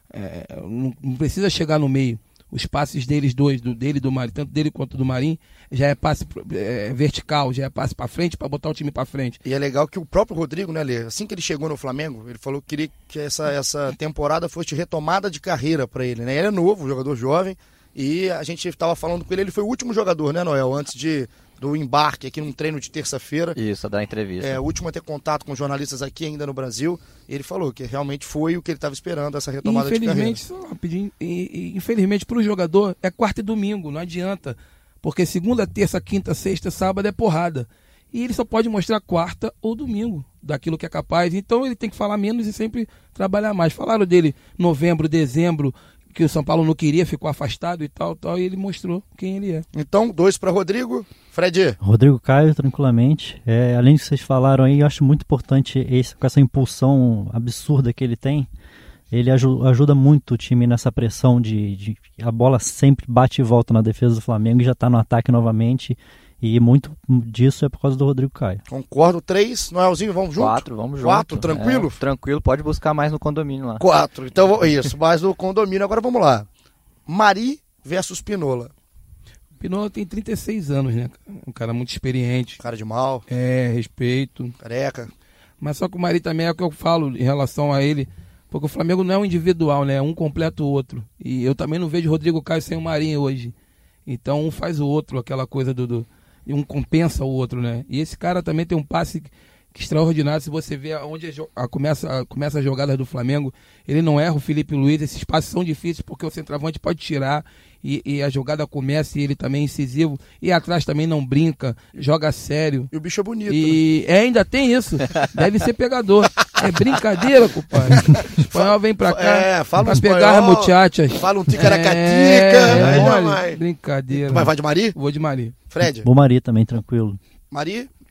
Não precisa chegar no meio. Os passes deles dois, dele e do Marinho, tanto dele quanto do Marinho, já é passe vertical, já é passe pra frente, pra botar o time pra frente. E é legal que o próprio Rodrigo, né, Lê, assim que ele chegou no Flamengo, ele falou que queria que essa temporada fosse retomada de carreira pra ele, né? Ele é novo, jogador jovem, e a gente tava falando com ele foi o último jogador, né, Noel, antes do embarque aqui num treino de terça-feira. Isso, a dar entrevista. O último a ter contato com jornalistas aqui ainda no Brasil. Ele falou que realmente foi o que ele estava esperando, essa retomada de carreira. Só rapidinho, infelizmente para o jogador é quarta e domingo, não adianta. Porque segunda, terça, quinta, sexta, sábado é porrada. E ele só pode mostrar quarta ou domingo daquilo que é capaz. Então ele tem que falar menos e sempre trabalhar mais. Falaram dele novembro, dezembro, que o São Paulo não queria, ficou afastado e tal, e ele mostrou quem ele é. Então, 2 para Rodrigo. Fred. Rodrigo Caio, tranquilamente. Além do que vocês falaram aí, eu acho muito importante com essa impulsão absurda que ele tem. Ele ajuda muito o time nessa pressão de a bola sempre bate e volta na defesa do Flamengo e já está no ataque novamente. E muito disso é por causa do Rodrigo Caio. Concordo. 3. Noelzinho, vamos junto? 4, vamos junto. 4, tranquilo? Tranquilo, pode buscar mais no condomínio lá. 4. Então, isso, mais no condomínio. Agora vamos lá. Mari versus Pinola. Pinola tem 36 anos, né? Um cara muito experiente. Cara de mal. Respeito. Careca. Mas só que o Mari também é o que eu falo em relação a ele. Porque o Flamengo não é um individual, né? Um completa o outro. E eu também não vejo o Rodrigo Caio sem o Marinho hoje. Então um faz o outro, aquela coisa e um compensa o outro, né? E esse cara também tem um passe extraordinário. Se você vê onde começa a jogada do Flamengo, ele não erra o Felipe Luiz. Esses passes são difíceis porque o centroavante pode tirar e a jogada começa e ele também é incisivo. E atrás também não brinca, joga sério. E o bicho é bonito. E ainda tem isso. Deve ser pegador. É brincadeira, compadre. O espanhol vem pra cá fala pra espanhol, pegar muchachas. Fala um ticaracatica. Brincadeira. Mas vai de Mari? Vou de Mari. Fred? Vou Mari também, tranquilo. Mari,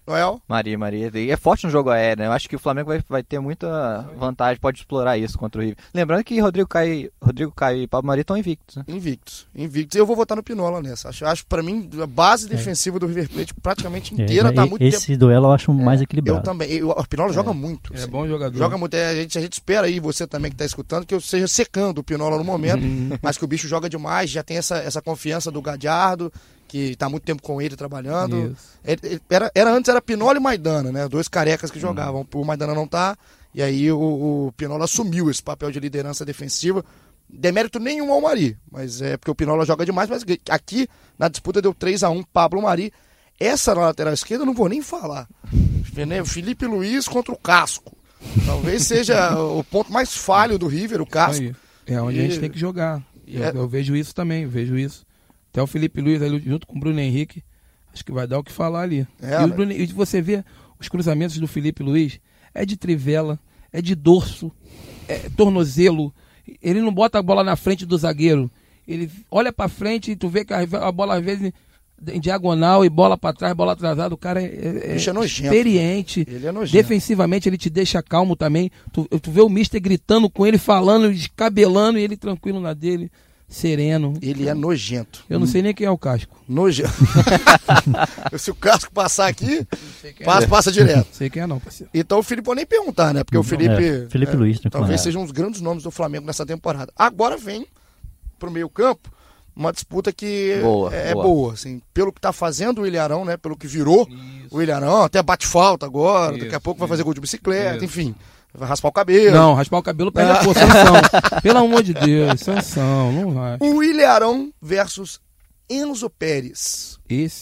Noel? Maria. E é forte no jogo aéreo, né? Eu acho que o Flamengo vai ter muita vantagem, pode explorar isso contra o River. Lembrando que Rodrigo Caio e Pablo Mari estão invictos, né? Invictos. Eu vou votar no Pinola nessa. Acho pra mim, a base defensiva do River Plate praticamente inteira tá muito esse duelo eu acho mais equilibrado. Eu também. O Pinola joga muito. É bom jogador. Joga muito. A gente espera aí, você também que tá escutando, que eu seja secando o Pinola no momento, mas que o bicho joga demais, já tem essa confiança do Gadiardo, que tá há muito tempo com ele trabalhando. Antes era Pinola e Maidana, né? 2 carecas que jogavam. O Maidana não tá, e aí o Pinola assumiu esse papel de liderança defensiva. Demérito nenhum ao Mari, mas é porque o Pinola joga demais, mas aqui na disputa deu 3-1 Pablo Mari. Essa na lateral esquerda eu não vou nem falar. O Felipe Luiz contra o Casco. Talvez seja o ponto mais falho do River, o Casco. Aí. É onde a gente tem que jogar. Eu vejo isso também, Até o Felipe Luiz ali junto com o Bruno Henrique, acho que vai dar o que falar ali. E você vê os cruzamentos do Felipe Luiz, é de trivela, é de dorso, é tornozelo. Ele não bota a bola na frente do zagueiro. Ele olha pra frente e tu vê que a bola às vezes em diagonal e bola pra trás, bola atrasada. O cara é experiente. Ele é nojento. Defensivamente ele te deixa calmo também. Tu vê o mister gritando com ele, falando, descabelando, e ele tranquilo na dele. Sereno. Ele é nojento. Eu não sei nem quem é o Casco. Nojento. Se o Casco passar aqui, passa direto. Não sei quem é não, parceiro. Então o Felipe pode nem perguntar, né? Porque o Felipe... Felipe Luiz, né? Talvez seja um dos grandes nomes do Flamengo nessa temporada. Agora vem pro meio campo uma disputa que é boa. Assim, pelo que tá fazendo o Ilharão, né? Pelo que virou o Ilharão, até bate falta agora, daqui a pouco vai fazer gol de bicicleta, enfim. Vai raspar o cabelo. Não, raspar o cabelo perde a sanção. Pelo amor de Deus, sanção, não vai. O Ilharão versus Enzo Pérez.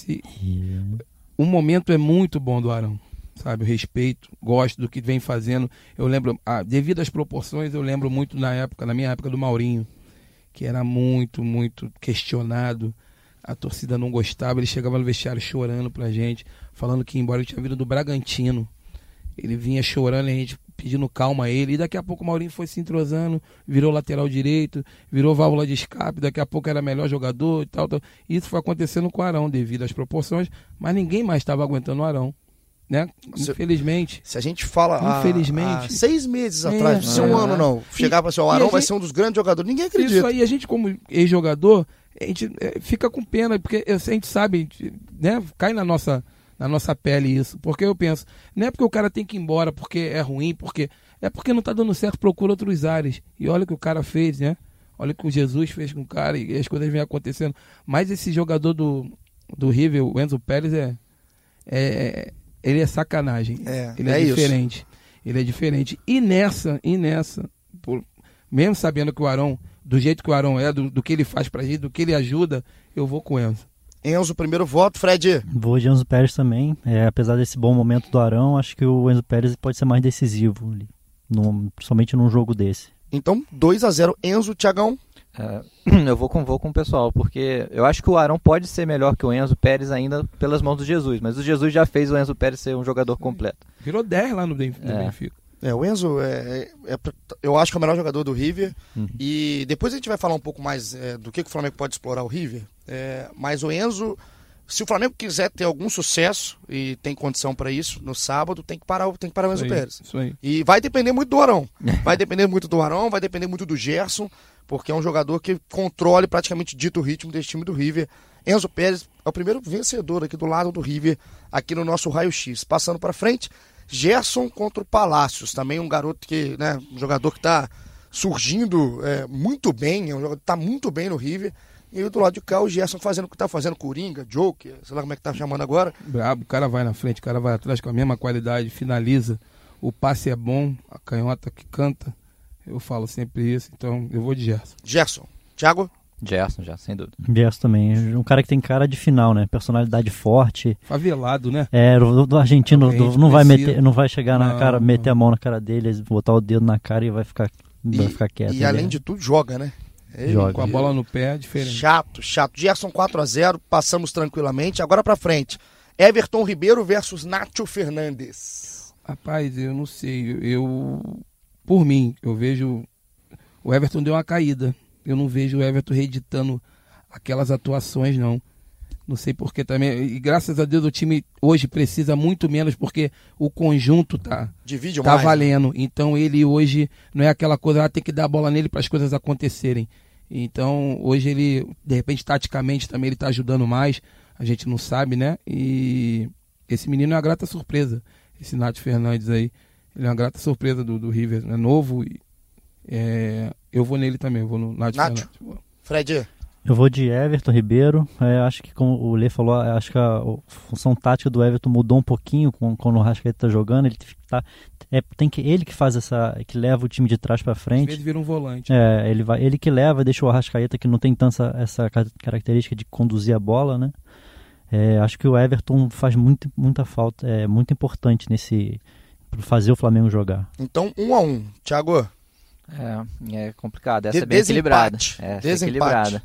O momento é muito bom do Arão, sabe? Eu respeito, gosto do que vem fazendo. Eu lembro, devido às proporções, eu lembro muito na minha época do Maurinho, que era muito, muito questionado. A torcida não gostava, ele chegava no vestiário chorando pra gente, falando que embora ele tinha vindo do Bragantino, ele vinha chorando e a gente pedindo calma a ele, e daqui a pouco o Maurinho foi se entrosando, virou lateral direito, virou válvula de escape, daqui a pouco era melhor jogador e tal. Isso foi acontecendo com o Arão devido às proporções, mas ninguém mais estava aguentando o Arão, né? Infelizmente. Se a gente fala infelizmente, 6 meses atrás, não é um ano não, chegar para o Arão vai ser um dos grandes jogadores, ninguém acredita. Isso aí, a gente como ex-jogador, a gente fica com pena, porque a gente sabe, né? Cai na nossa pele isso, porque eu penso, não é porque o cara tem que ir embora porque é ruim, porque não tá dando certo, procura outros ares, e olha o que o cara fez, né? Olha o que o Jesus fez com o cara, e as coisas vêm acontecendo, mas esse jogador do River, o Enzo Pérez, ele é sacanagem, ele é diferente, ele é diferente, e nessa, mesmo sabendo que o Arão, do jeito que o Arão é, do que ele faz pra gente, do que ele ajuda, eu vou com o Enzo. Enzo, primeiro voto. Fred? Vou de Enzo Pérez também. Apesar desse bom momento do Arão, acho que o Enzo Pérez pode ser mais decisivo, somente num jogo desse. Então, 2-0 Enzo, Thiagão? Eu vou com o pessoal, porque eu acho que o Arão pode ser melhor que o Enzo Pérez ainda pelas mãos do Jesus, mas o Jesus já fez o Enzo Pérez ser um jogador completo. Virou 10 lá no Benfica. O Enzo eu acho que é o melhor jogador do River. E depois a gente vai falar um pouco mais do que o Flamengo pode explorar o River. Mas o Enzo, se o Flamengo quiser ter algum sucesso e tem condição para isso, no sábado tem que parar o Enzo Pérez. Isso aí. E vai depender muito do Arão. Vai depender muito do Arão, vai depender muito do Gerson, porque é um jogador que controle praticamente dito o ritmo desse time do River. Enzo Pérez é o primeiro vencedor aqui do lado do River, aqui no nosso raio-x. Passando para frente, Gerson contra o Palácios, também um garoto que, né, um jogador que está surgindo muito bem, é um jogador que está muito bem no River. E do lado de cá o Gerson fazendo o que está fazendo, Coringa, Joker, sei lá como é que tá chamando agora. Brabo, o cara vai na frente, o cara vai atrás com a mesma qualidade, finaliza, o passe é bom, a canhota que canta, eu falo sempre isso, então eu vou de Gerson. Gerson. Thiago? Gerson, já, sem dúvida. Gerson também, um cara que tem cara de final, né? Personalidade forte. Favelado, né? Do argentino não vai chegar na cara, meter a mão na cara dele, botar o dedo na cara e vai ficar quieto. E além de tudo, joga, né? Joga. Com a bola no pé é diferente. Chato. Gerson 4-0, passamos tranquilamente. Agora pra frente, Everton Ribeiro versus Nacho Fernandes. Rapaz, eu não sei. Por mim, eu vejo o Everton deu uma caída. Eu não vejo o Everton reeditando aquelas atuações, não. Não sei porquê também. E graças a Deus o time hoje precisa muito menos porque o conjunto Divide tá mais, valendo. Então ele hoje não é aquela coisa, tem que dar a bola nele para as coisas acontecerem. Então hoje ele, de repente, taticamente também ele tá ajudando mais. A gente não sabe, né? E esse menino é uma grata surpresa. Esse Nath Fernandes aí. Ele é uma grata surpresa do River. É novo. Eu vou nele também. Eu vou no Nath Fernandes. Fred? Eu vou de Everton Ribeiro. Acho que, como o Lê falou, acho que a função tática do Everton mudou um pouquinho quando o Arrascaeta tá jogando. Ele ele que faz que leva o time de trás para frente. Às vezes vira um volante. Ele que leva, deixa o Arrascaeta, que não tem tanta essa característica de conduzir a bola, né? Acho que o Everton faz muita falta, é muito importante para fazer o Flamengo jogar. Então, 1-1. Thiago? É complicado. Essa é bem equilibrada. Essa é equilibrada.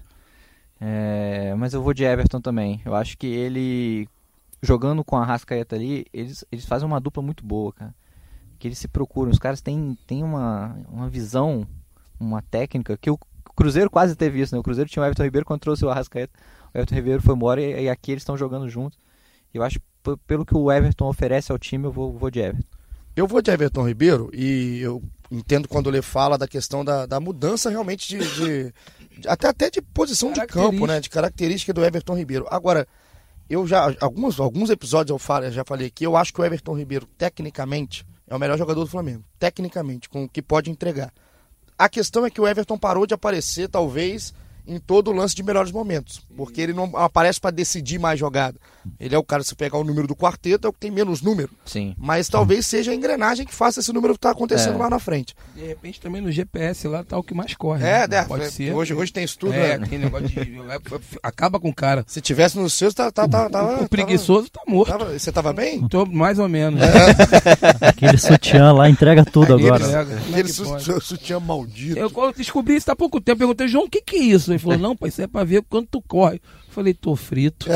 Mas eu vou de Everton também. Eu acho que ele, jogando com a Arrascaeta ali, eles fazem uma dupla muito boa, cara. Que eles se procuram. Os caras têm uma visão, uma técnica, que o Cruzeiro quase teve isso, né? O Cruzeiro tinha o Everton Ribeiro quando trouxe o Arrascaeta. O Everton Ribeiro foi embora e aqui eles estão jogando juntos. Eu acho que pelo que o Everton oferece ao time, eu vou de Everton. Eu vou de Everton Ribeiro e eu entendo quando ele fala da questão da mudança realmente até de posição de campo, né? De característica do Everton Ribeiro. Agora, eu já, alguns episódios eu já falei aqui, eu acho que o Everton Ribeiro, tecnicamente, é o melhor jogador do Flamengo. Tecnicamente, com o que pode entregar. A questão é que o Everton parou de aparecer, talvez, em todo o lance de melhores momentos, porque ele não aparece para decidir mais jogada. Ele é o cara, se pegar o número do quarteto, é o que tem menos número. Sim. Mas talvez seja a engrenagem que faça esse número que está acontecendo lá na frente. De repente também no GPS lá tá o que mais corre. Pode ser. Hoje tem estudo. Aquele negócio de acaba com o cara. Se tivesse no seu, o preguiçoso tá morto. Você tava bem? Tô mais ou menos. Aquele sutiã lá entrega tudo agora. Aquele sutiã maldito. Eu descobri isso há pouco tempo, perguntei, João, o que é isso? Ele falou, não, pai, isso é pra ver quanto tu corre. Eu falei, tô frito.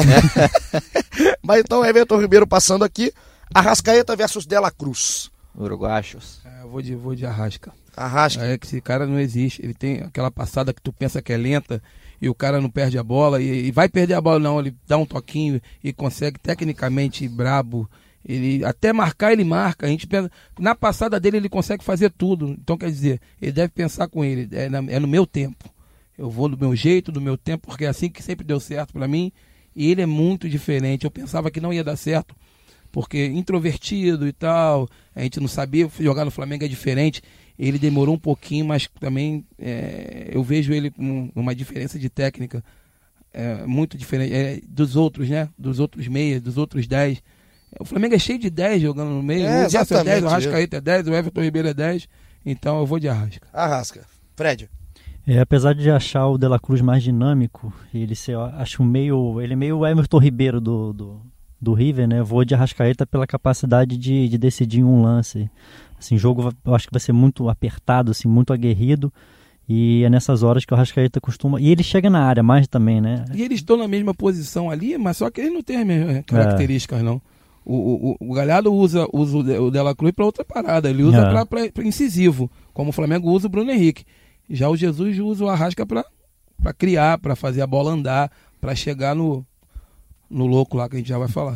Mas então, Everton Ribeiro passando aqui. Arrascaeta versus De La Cruz. Uruguaios. Eu vou de Arrasca. Arrasca. Que esse cara não existe. Ele tem aquela passada que tu pensa que é lenta e o cara não perde a bola. E vai perder a bola, não. Ele dá um toquinho e consegue, tecnicamente, brabo. Ele, até marcar, ele marca. A gente pensa, na passada dele, ele consegue fazer tudo. Então, quer dizer, ele deve pensar com ele. É no meu tempo. Eu vou do meu jeito, do meu tempo, porque é assim que sempre deu certo pra mim. E ele é muito diferente. Eu pensava que não ia dar certo, porque introvertido e tal, a gente não sabia, jogar no Flamengo é diferente. Ele demorou um pouquinho, mas também eu vejo ele com uma diferença de técnica muito diferente dos outros, né? Dos outros meias, dos outros 10. O Flamengo é cheio de 10 jogando no meio. O Gerson é 10, o Arrascaeta é 10, o Everton Ribeiro é 10. Então eu vou de Arrasca. Arrasca. Fred? Apesar de achar o De La Cruz mais dinâmico, ele é meio Everton Ribeiro do River, né? Eu vou de Arrascaeta pela capacidade de decidir um lance. Assim, o jogo eu acho que vai ser muito apertado, assim, muito aguerrido. E é nessas horas que o Arrascaeta costuma... E ele chega na área mais também, né? E eles estão na mesma posição ali, mas só que eles não têm as mesmas características, não. O Galhardo usa o De La Cruz para outra parada. Ele usa para incisivo, como o Flamengo usa o Bruno Henrique. Já o Jesus usa o Arrasca para criar, para fazer a bola andar, para chegar no louco lá que a gente já vai falar.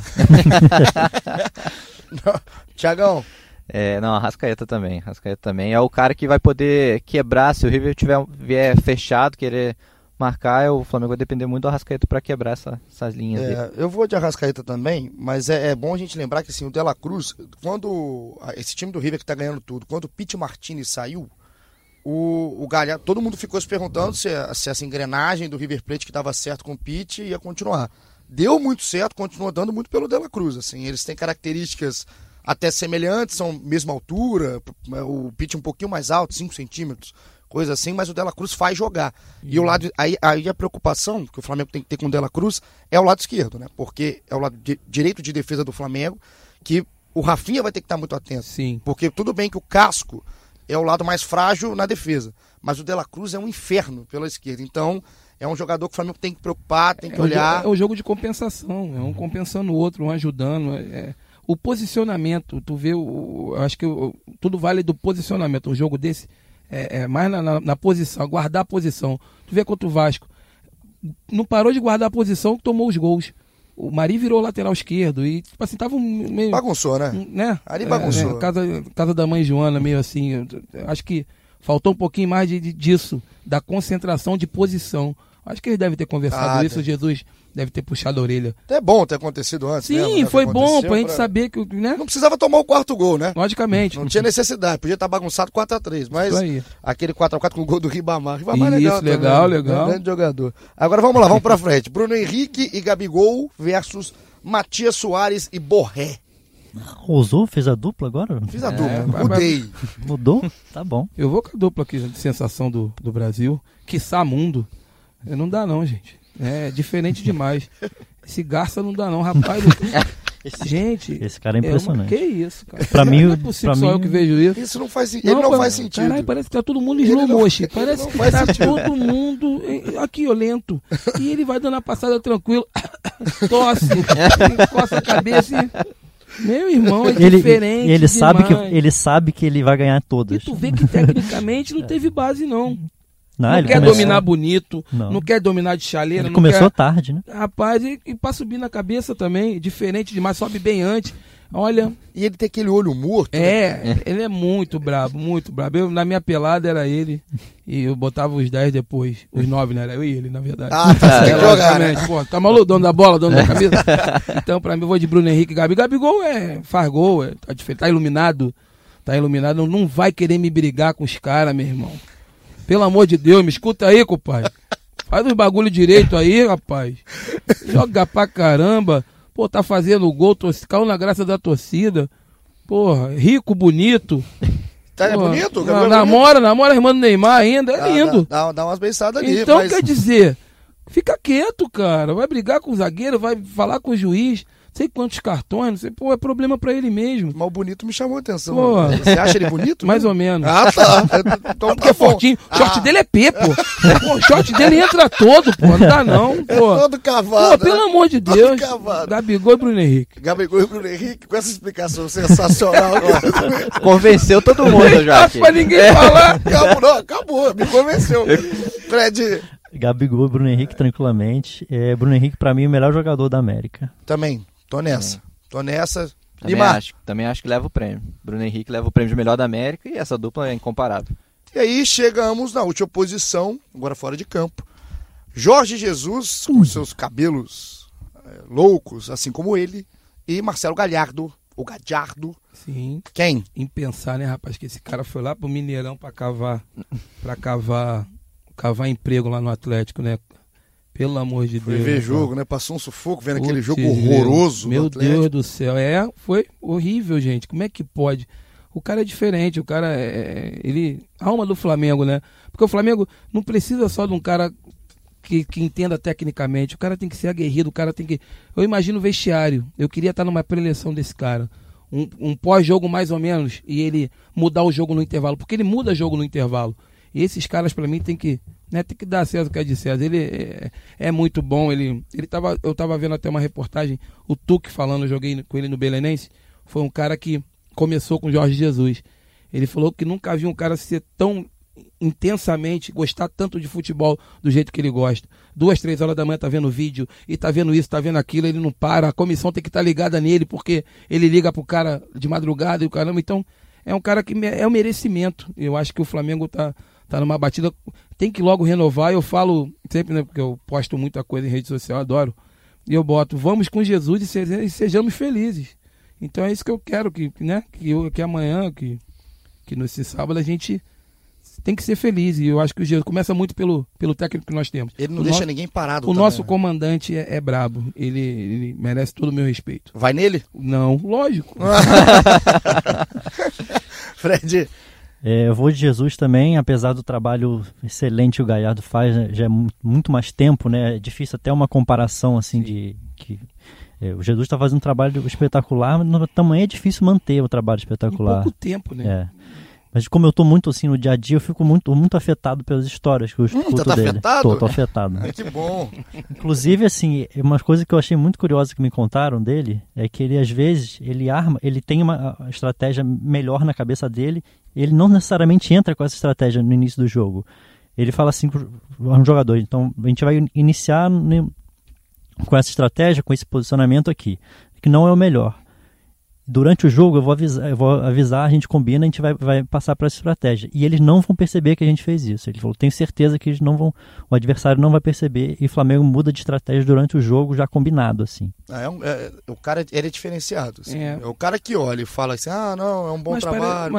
Thiagão? Não, Arrascaeta também. É o cara que vai poder quebrar, se o River vier fechado, querer marcar, o Flamengo vai depender muito do Arrascaeta para quebrar essas linhas dele. Eu vou de Arrascaeta também, mas é bom a gente lembrar que assim, o De La Cruz, quando esse time do River que está ganhando tudo, quando o Pity Martinez saiu, o Galhardo, todo mundo ficou se perguntando se essa engrenagem do River Plate que dava certo com o Pity ia continuar. Deu muito certo, continua dando muito pelo De La Cruz. Assim, eles têm características até semelhantes, são mesma altura, o Pity um pouquinho mais alto, 5 centímetros, coisa assim, mas o De La Cruz faz jogar. E o lado, aí a preocupação que o Flamengo tem que ter com o De La Cruz é o lado esquerdo, né? Porque é o lado direito de defesa do Flamengo, que o Rafinha vai ter que estar muito atento. Sim. Porque tudo bem que o Casco é o lado mais frágil na defesa, mas o De La Cruz é um inferno pela esquerda. Então, é um jogador que o Flamengo tem que preocupar, tem que olhar. É o jogo de compensação, é um compensando o outro, um ajudando. O posicionamento, tu vê, eu acho que tudo vale do posicionamento. Um jogo desse é mais na posição, guardar a posição. Tu vê contra o Vasco, não parou de guardar a posição que tomou os gols. O Mari virou lateral esquerdo e, tipo assim, tava meio... Bagunçou, né? Ali bagunçou. Casa da mãe Joana, meio assim. Eu acho que faltou um pouquinho mais disso, da concentração de posição. Acho que eles devem ter conversado isso, Jesus deve ter puxado a orelha. É bom ter acontecido antes. Sim, mesmo, né? foi bom pra gente saber que... Né? Não precisava tomar o 4º gol, né? Logicamente. Não tinha necessidade, podia estar bagunçado 4-3, mas aquele 4-4 com o gol do Ribamar. Ribamar isso, legal. Grande jogador. Agora vamos lá, vamos pra frente. Bruno Henrique e Gabigol versus Matias Soares e Borré. Ousou? Fez a dupla agora? Fiz a dupla, mudei. Mudou? Tá bom. Eu vou com a dupla aqui de sensação do Brasil, quiçá mundo. Não dá não, gente. É diferente demais. Esse Garça não dá não, rapaz. Gente, esse cara é impressionante. Que isso, cara? Pra mim, não é possível só eu que vejo isso. Isso não faz sentido. Ele não faz sentido. Caralho, parece que tá todo mundo em slow motion. Parece que tá todo mundo aqui, ó, lento. E ele vai dando a passada tranquilo. Tosse, encosta a cabeça e... Meu irmão, é diferente. Ele sabe que ele vai ganhar todas. E tu vê que tecnicamente não teve base, não. Não quer dominar bonito, não quer dominar de chaleira. Ele começou tarde, né? Rapaz, e pra subir na cabeça também, diferente demais, sobe bem antes. Olha. E ele tem aquele olho morto. Ele é muito brabo, muito brabo. Eu, na minha pelada era ele, e eu botava os 10 depois, os 9, né? Era eu e ele, na verdade. Tá, tem que jogar, né? Pô, tá maluco, dono da bola, dono da camisa? Então, pra mim, eu vou de Bruno Henrique e Gabigol faz gol, tá iluminado, não vai querer me brigar com os caras, meu irmão. Pelo amor de Deus, me escuta aí, compadre. Faz os bagulho direito aí, rapaz. Joga pra caramba. Pô, tá fazendo gol, caiu na graça da torcida. Porra, rico, bonito. É bonito? Namora a irmã do Neymar ainda, é lindo. Dá umas beiçadas ali. Então, quer dizer, fica quieto, cara. Vai brigar com o zagueiro, vai falar com o juiz. Sei quantos cartões, não sei, pô, é problema pra ele mesmo. Mas o bonito me chamou a atenção. Pô, você acha ele bonito? Mais ou menos. Ah, tá. Então, porque é fortinho. O short dele é P, pô. O short dele entra todo, pô. Não dá não, pô. É todo cavado. Pô, pelo amor de Deus. Gabigol e Bruno Henrique. Gabigol e Bruno Henrique, com essa explicação sensacional. Convenceu todo mundo já. Não pra ninguém falar. Acabou, me convenceu. Fred. Gabigol e Bruno Henrique, tranquilamente. Bruno Henrique, pra mim, o melhor jogador da América. Também. Tô nessa. Também acho que leva o prêmio. Bruno Henrique leva o prêmio de melhor da América e essa dupla é incomparável. E aí chegamos na última posição, agora fora de campo. Jorge Jesus, com seus cabelos loucos, assim como ele, e Marcelo Gallardo, o Gadiardo. Sim. Quem? Em pensar, né, rapaz, que esse cara foi lá pro Mineirão pra cavar emprego lá no Atlético, né? Pelo amor de Deus. Foi ver jogo, né? Passou um sufoco vendo aquele jogo horroroso. Meu Deus do céu. Foi horrível, gente. Como é que pode? O cara é diferente, o cara ele alma do Flamengo, né? Porque o Flamengo não precisa só de um cara que entenda tecnicamente. O cara tem que ser aguerrido, o cara tem que... Eu imagino o vestiário. Eu queria estar numa preleção desse cara. Um pós-jogo mais ou menos, e ele mudar o jogo no intervalo. Porque ele muda jogo no intervalo. E esses caras, pra mim, tem que dar César o que é de César. Ele é muito bom. Eu tava vendo até uma reportagem, o Tuque falando, eu joguei com ele no Belenense. Foi um cara que começou com o Jorge Jesus. Ele falou que nunca viu um cara ser tão intensamente, gostar tanto de futebol do jeito que ele gosta. 2, 3 horas da manhã tá vendo vídeo, e tá vendo isso, tá vendo aquilo, ele não para. A comissão tem que estar ligada nele, porque ele liga pro cara de madrugada e o caramba. Então, é um cara que é um merecimento. Eu acho que o Flamengo tá numa batida, tem que logo renovar. Eu falo sempre, né, porque eu posto muita coisa em rede social, adoro, e eu boto, vamos com Jesus e sejamos felizes. Então é isso que eu quero, que amanhã, que nesse sábado a gente tem que ser feliz, e eu acho que o Jesus começa muito pelo técnico que nós temos. Ele não deixa ninguém parado. O nosso comandante é brabo, ele merece todo o meu respeito. Vai nele? Não, lógico. Fred... eu vou de Jesus também, apesar do trabalho excelente que o Gallardo faz, né, já é muito mais tempo, né? É difícil até uma comparação assim de que o Jesus está fazendo um trabalho espetacular, mas também é difícil manter o trabalho espetacular. Em pouco tempo, né? Mas como eu estou muito assim no dia a dia, eu fico muito afetado pelas histórias que eu escuto dele. Afetado? Tô afetado. Que bom. Inclusive, assim, uma coisa que eu achei muito curiosa que me contaram dele é que ele, às vezes, ele tem uma estratégia melhor na cabeça dele, ele não necessariamente entra com essa estratégia no início do jogo. Ele fala assim para um jogador, então a gente vai iniciar com essa estratégia, com esse posicionamento aqui, que não é o melhor. Durante o jogo eu vou avisar, a gente combina, a gente vai passar para essa estratégia. E eles não vão perceber que a gente fez isso. Ele falou, tenho certeza que eles não vão, o adversário não vai perceber, e o Flamengo muda de estratégia durante o jogo, já combinado, assim. O cara, ele é diferenciado. Assim. É o cara que olha e fala assim, não, é um bom trabalho.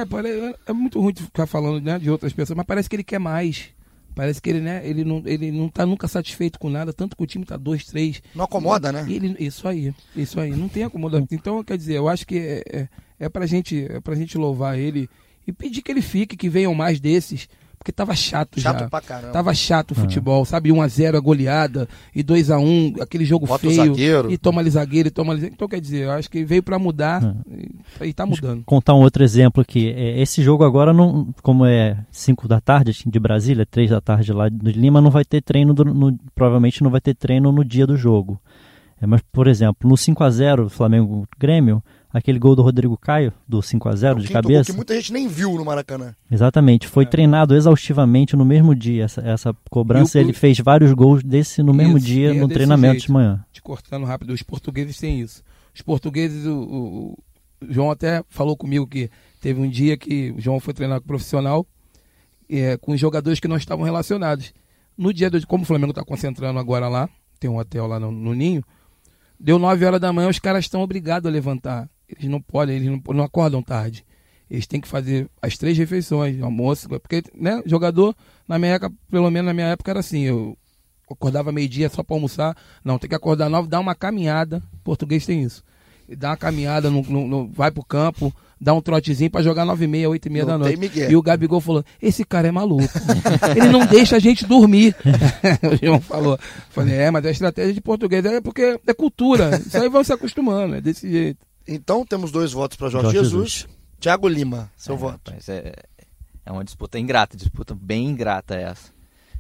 É muito ruim ficar falando, né, de outras pessoas, mas parece que ele quer mais. Parece que ele não tá nunca satisfeito com nada, tanto que o time tá 2-3. Não acomoda, né? Isso aí. Não tem acomodamento. Então, quer dizer, eu acho que é pra gente louvar ele e pedir que ele fique, que venham mais desses, porque tava chato já. Chato pra caramba. Tava chato o futebol, sabe? 1-0 a goleada e 2-1, aquele jogo bota feio. Zagueiro. E toma ali zagueiro, Então, quer dizer, eu acho que veio pra mudar e tá mudando. Vou contar um outro exemplo aqui. Esse jogo agora, não, como é 5 da tarde de Brasília, 3 da tarde lá de Lima, não vai ter treino, provavelmente não vai ter treino no dia do jogo. Mas, por exemplo, no 5-0 Flamengo-Grêmio, aquele gol do Rodrigo Caio, do 5-0 de cabeça. Gol que muita gente nem viu no Maracanã. Exatamente, foi treinado exaustivamente no mesmo dia, essa cobrança. Ele fez vários gols desse no mesmo dia, no treinamento de manhã. Te cortando rápido, os portugueses têm isso. Os portugueses, o João até falou comigo que teve um dia que o João foi treinar com o profissional, com os jogadores que não estavam relacionados. No dia, como o Flamengo está concentrando agora lá, tem um hotel lá no Ninho, deu 9 horas da manhã, os caras estão obrigados a levantar. Eles não podem, eles não acordam tarde. Eles têm que fazer as 3 refeições, almoço, porque, né, jogador, pelo menos na minha época era assim, eu acordava meio-dia só para almoçar. Não, tem que acordar 9, dar uma caminhada, português tem isso. Dá uma caminhada, vai pro campo, dá um trotezinho para jogar 9h30, 8h30 da noite. E o Gabigol falou, esse cara é maluco. Ele não deixa a gente dormir. O João falou. Falei, mas é estratégia de português, porque é cultura. Isso aí vão se acostumando, é desse jeito. Então temos 2 votos para Jorge Jesus. Thiago Lima, seu voto. Rapaz, é uma disputa ingrata, disputa bem ingrata essa.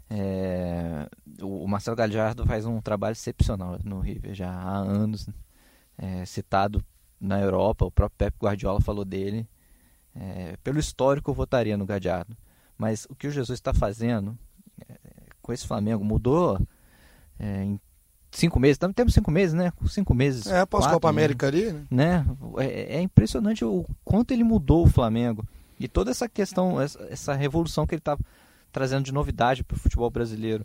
O Marcelo Gallardo faz um trabalho excepcional no River já há anos, citado na Europa, o próprio Pep Guardiola falou dele. Pelo histórico eu votaria no Gallardo, mas o que o Jesus está fazendo com esse Flamengo mudou em 5 meses, temos 5 meses, né? 5 meses. Pós-Copa América ali, né? É impressionante o quanto ele mudou o Flamengo. E toda essa questão, essa revolução que ele está trazendo de novidade para o futebol brasileiro.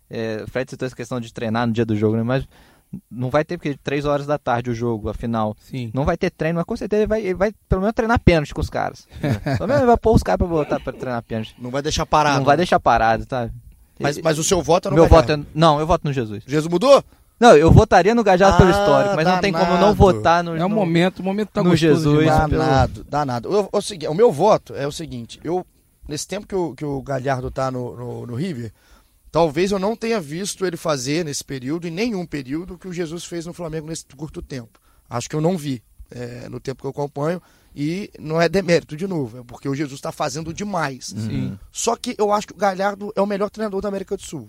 O Fred citou essa questão de treinar no dia do jogo, né? Mas não vai ter, porque 3 horas da tarde o jogo, afinal. Sim. Não vai ter treino, mas com certeza ele vai pelo menos treinar pênalti com os caras. Pelo menos ele vai pôr os caras para voltar para treinar pênalti. Não vai deixar parado. Não vai deixar parado, tá? Mas o seu voto é no Gallardo? Não, eu voto no Jesus. Jesus mudou? Não, eu votaria no Gallardo pelo histórico, mas não tem como não votar no o momento tá no Jesus. Danado. O meu voto é o seguinte, nesse tempo que o Gallardo tá no River, talvez eu não tenha visto ele fazer nesse período, em nenhum período, que o Jesus fez no Flamengo nesse curto tempo. Acho que eu não vi no tempo que eu acompanho, e não é demérito de novo, é porque o Jesus está fazendo demais. Sim. Só que eu acho que o Gallardo é o melhor treinador da América do Sul,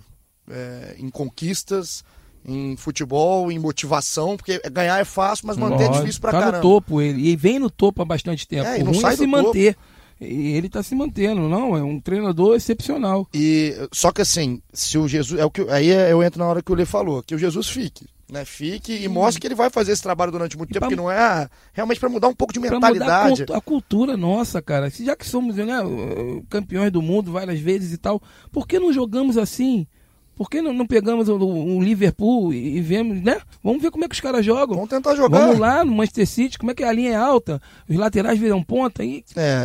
em conquistas, em futebol, em motivação, porque ganhar é fácil, mas manter é difícil pra caramba. Tá no topo ele, e vem no topo há bastante tempo. E não sai se manter. E ele tá se mantendo, é um treinador excepcional. Só que assim, se o Jesus, aí eu entro na hora que o Lê falou, que o Jesus fique, né? Fique e mostre que ele vai fazer esse trabalho durante muito tempo, porque não é realmente para mudar um pouco de mentalidade. Pra mudar a cultura nossa, cara. Já que somos, né, campeões do mundo várias vezes e tal, por que não jogamos assim? Por que não pegamos o Liverpool e vemos, né? Vamos ver como é que os caras jogam. Vamos tentar jogar. Vamos lá no Manchester City, como é que a linha é alta, os laterais viram ponta. E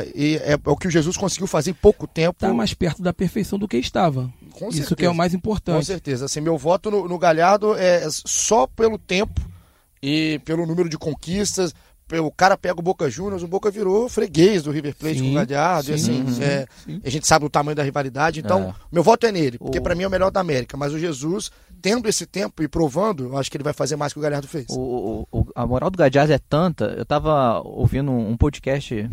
é o que o Jesus conseguiu fazer em pouco tempo. Tá mais perto da perfeição do que estava. Com certeza. Isso que é o mais importante. Com certeza. Assim, meu voto no Gallardo é só pelo tempo e pelo número de conquistas. O cara pega o Boca Juniors, o Boca virou freguês do River Plate com o Gallardo, e assim, a gente sabe o tamanho da rivalidade, então meu voto é nele, porque pra mim é o melhor da América, mas o Jesus, tendo esse tempo e provando, eu acho que ele vai fazer mais que o Gallardo fez. A moral do Gallardo é tanta, eu tava ouvindo um podcast,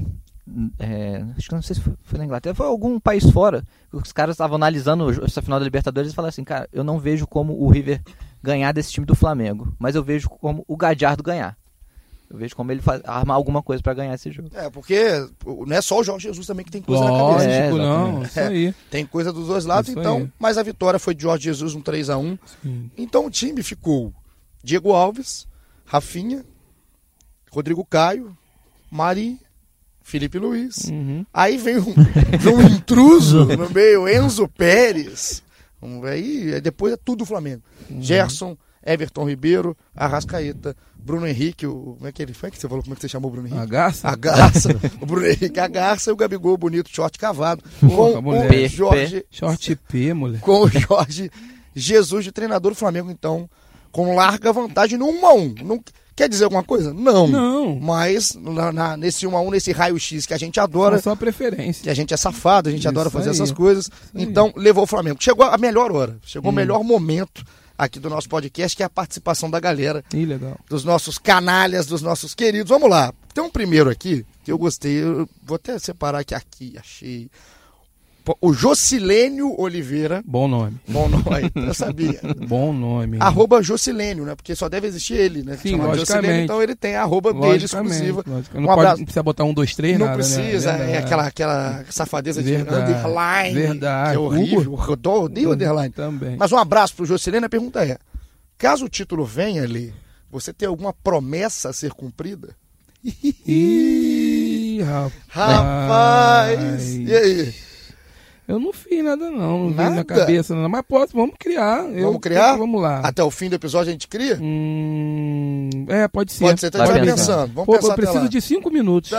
acho que não sei se foi na Inglaterra, foi algum país fora, os caras estavam analisando essa final da Libertadores e falaram assim, cara, eu não vejo como o River ganhar desse time do Flamengo, mas eu vejo como o Gallardo ganhar. Eu vejo como ele armar alguma coisa pra ganhar esse jogo. Porque não é só o Jorge Jesus também que tem coisa na cabeça. Não, isso aí. Tem coisa dos dois lados, mas a vitória foi de Jorge Jesus, um 3-1. Então o time ficou. Diego Alves, Rafinha, Rodrigo Caio, Mari, Felipe Luiz. Aí vem um intruso no meio, Enzo Pérez. Aí depois é tudo o Flamengo. Gerson, Everton Ribeiro, Arrascaeta, Bruno Henrique, como é que ele foi? Que você falou, como é que você chamou o Bruno Henrique? A Garça. O Bruno Henrique, a Garça e o Gabigol bonito, short cavado. Com o Jorge. Short P, moleque. Com o Jorge Jesus de treinador do Flamengo, então, com larga vantagem no 1-1. Não quer dizer alguma coisa? Não. Mas nesse 1-1, nesse raio-x que a gente adora. É só preferência. Que a gente é safado, a gente adora fazer essas coisas. Então, levou o Flamengo. Chegou a melhor hora. Chegou o melhor momento aqui do nosso podcast, que é a participação da galera. Legal. Dos nossos canalhas, dos nossos queridos. Vamos lá. Tem um primeiro aqui que eu gostei. Eu vou até separar aqui, achei. O Jocilênio Oliveira. Bom nome. Eu sabia. Bom nome. @ Jocilênio, né? Porque só deve existir ele, né? Sim, logicamente. Então ele tem a @ dele exclusiva. Não precisa botar 1, 2, 3, não nada, precisa, né? aquela safadeza de underline. Verdade. Que é horrível. Eu odeio underline. Também. Mas um abraço pro Jocilênio. A pergunta é, caso o título venha ali, você tem alguma promessa a ser cumprida? Ih, rapaz! E aí? Eu não fiz nada não vi na cabeça, não. Mas vamos criar. Vamos criar? Vamos lá. Até o fim do episódio a gente cria? Pode ser. Pode ser, tá pensando. Vamos pensar eu preciso de 5 minutos.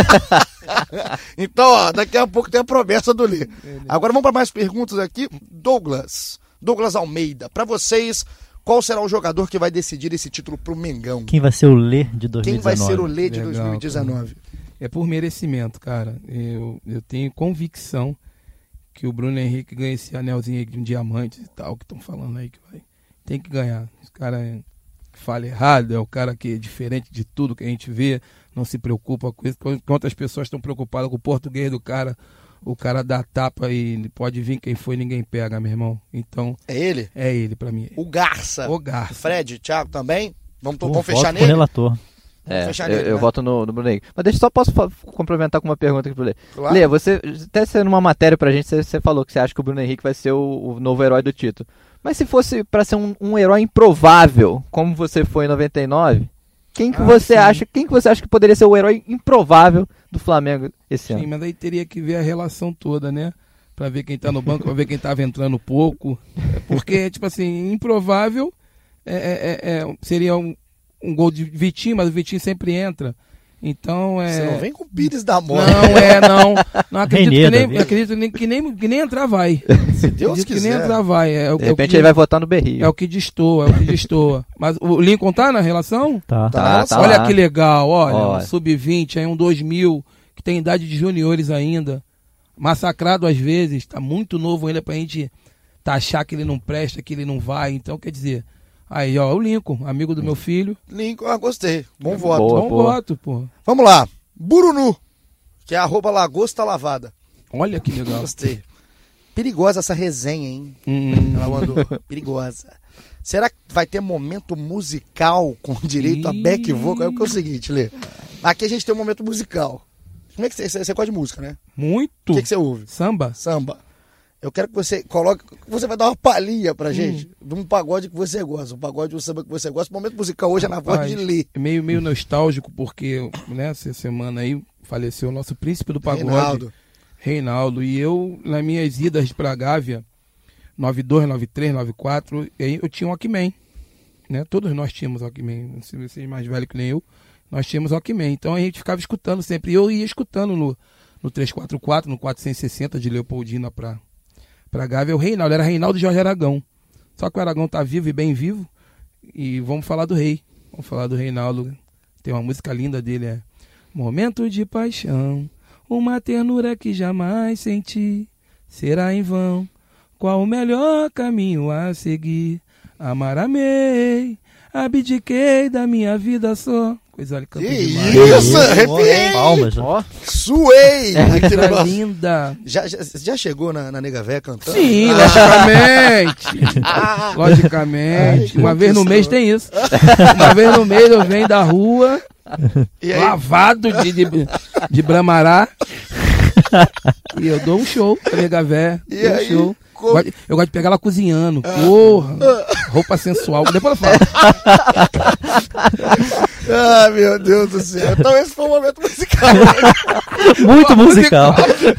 Então, ó, daqui a pouco tem a promessa do Lê. Agora vamos para mais perguntas aqui. Douglas Almeida, para vocês, qual será o jogador que vai decidir esse título pro Mengão? Quem vai ser o Lê de 2019? Quem vai ser o Lê de 2019? É por merecimento, cara. Eu tenho convicção que o Bruno Henrique ganha esse anelzinho aí de um diamante e tal, que estão falando aí que vai. Tem que ganhar. Esse cara fala errado, é o cara que é diferente de tudo que a gente vê, não se preocupa com isso. Quantas pessoas estão preocupadas com o português do cara, o cara dá tapa e pode vir quem foi, ninguém pega, meu irmão. Então. É ele? É ele pra mim. O Garça. Fred, Thiago também? Vamos fechar nele? O relator. Eu voto no Bruno Henrique. Mas posso complementar com uma pergunta aqui pro Lê. Claro. Lê, você, até sendo uma matéria pra gente, você falou que você acha que o Bruno Henrique vai ser o novo herói do título. Mas se fosse pra ser um herói improvável, como você foi em 99, quem que você acha que poderia ser o herói improvável do Flamengo esse ano? Sim, mas aí teria que ver a relação toda, né? Pra ver quem tá no banco, pra ver quem tava entrando pouco. Porque, tipo assim, improvável seria um gol de Vitinho, mas o Vitinho sempre entra. Então Você não vem com o Pires da Mora. Não acredito que nem entrar vai. Se Deus quiser. Que nem entrar vai. De repente ele vai votar no Berrio. É o que destoa. Mas o Lincoln tá na relação? Tá olha lá. Que legal, olha. Um sub-20, aí um 2000, que tem idade de juniores ainda. Massacrado às vezes, tá muito novo ainda pra gente taxar que ele não presta, que ele não vai. Então, quer dizer... Aí, ó, o Lincoln, amigo do meu filho. Lincoln, gostei. Bom voto. Bom voto, pô. Vamos lá. Burunu, que é @lagosta lavada. Olha que legal. Gostei. Perigosa essa resenha, hein? Ela mandou. Perigosa. Será que vai ter momento musical com direito a back vocal? É o seguinte, Lê. Aqui a gente tem um momento musical. Como é que você gosta de música, né? Muito. O que você ouve? Samba. Eu quero que você coloque. Você vai dar uma palhinha pra gente de um pagode que você gosta. Um pagode de um samba que você gosta. O momento musical hoje é na voz de Lê. Meio nostálgico, porque essa semana aí faleceu o nosso príncipe do pagode, Reinaldo. E eu, nas minhas idas pra Gávea, 92, 93, 94, eu tinha um Walkman. Né? Todos nós tínhamos Walkman. Se você é mais velho que nem eu, nós tínhamos Walkman. Então a gente ficava escutando sempre. E eu ia escutando no 344, no 460 de Leopoldina pra Gávea, o Reinaldo, era Reinaldo Jorge Aragão. Só que o Aragão tá vivo e bem vivo. E vamos falar do rei. Vamos falar do Reinaldo. Tem uma música linda dele, é Momento de paixão, uma ternura que jamais senti, será em vão, qual o melhor caminho a seguir? Amar amei, abdiquei da minha vida só. Coisa ali, canto demais. Isso, arrepiei. Palmas. Suei. Coisa linda. Já chegou na Nega Véia cantando? Sim, logicamente. Uma vez no mês tem isso. Uma vez no mês eu venho da rua, lavado de Bramará, e eu dou um show pra Nega Véia. Eu gosto de pegar ela cozinhando. Porra. Roupa sensual, depois eu falo. Ah, meu Deus do céu. Então esse foi o momento musical. Muito musical.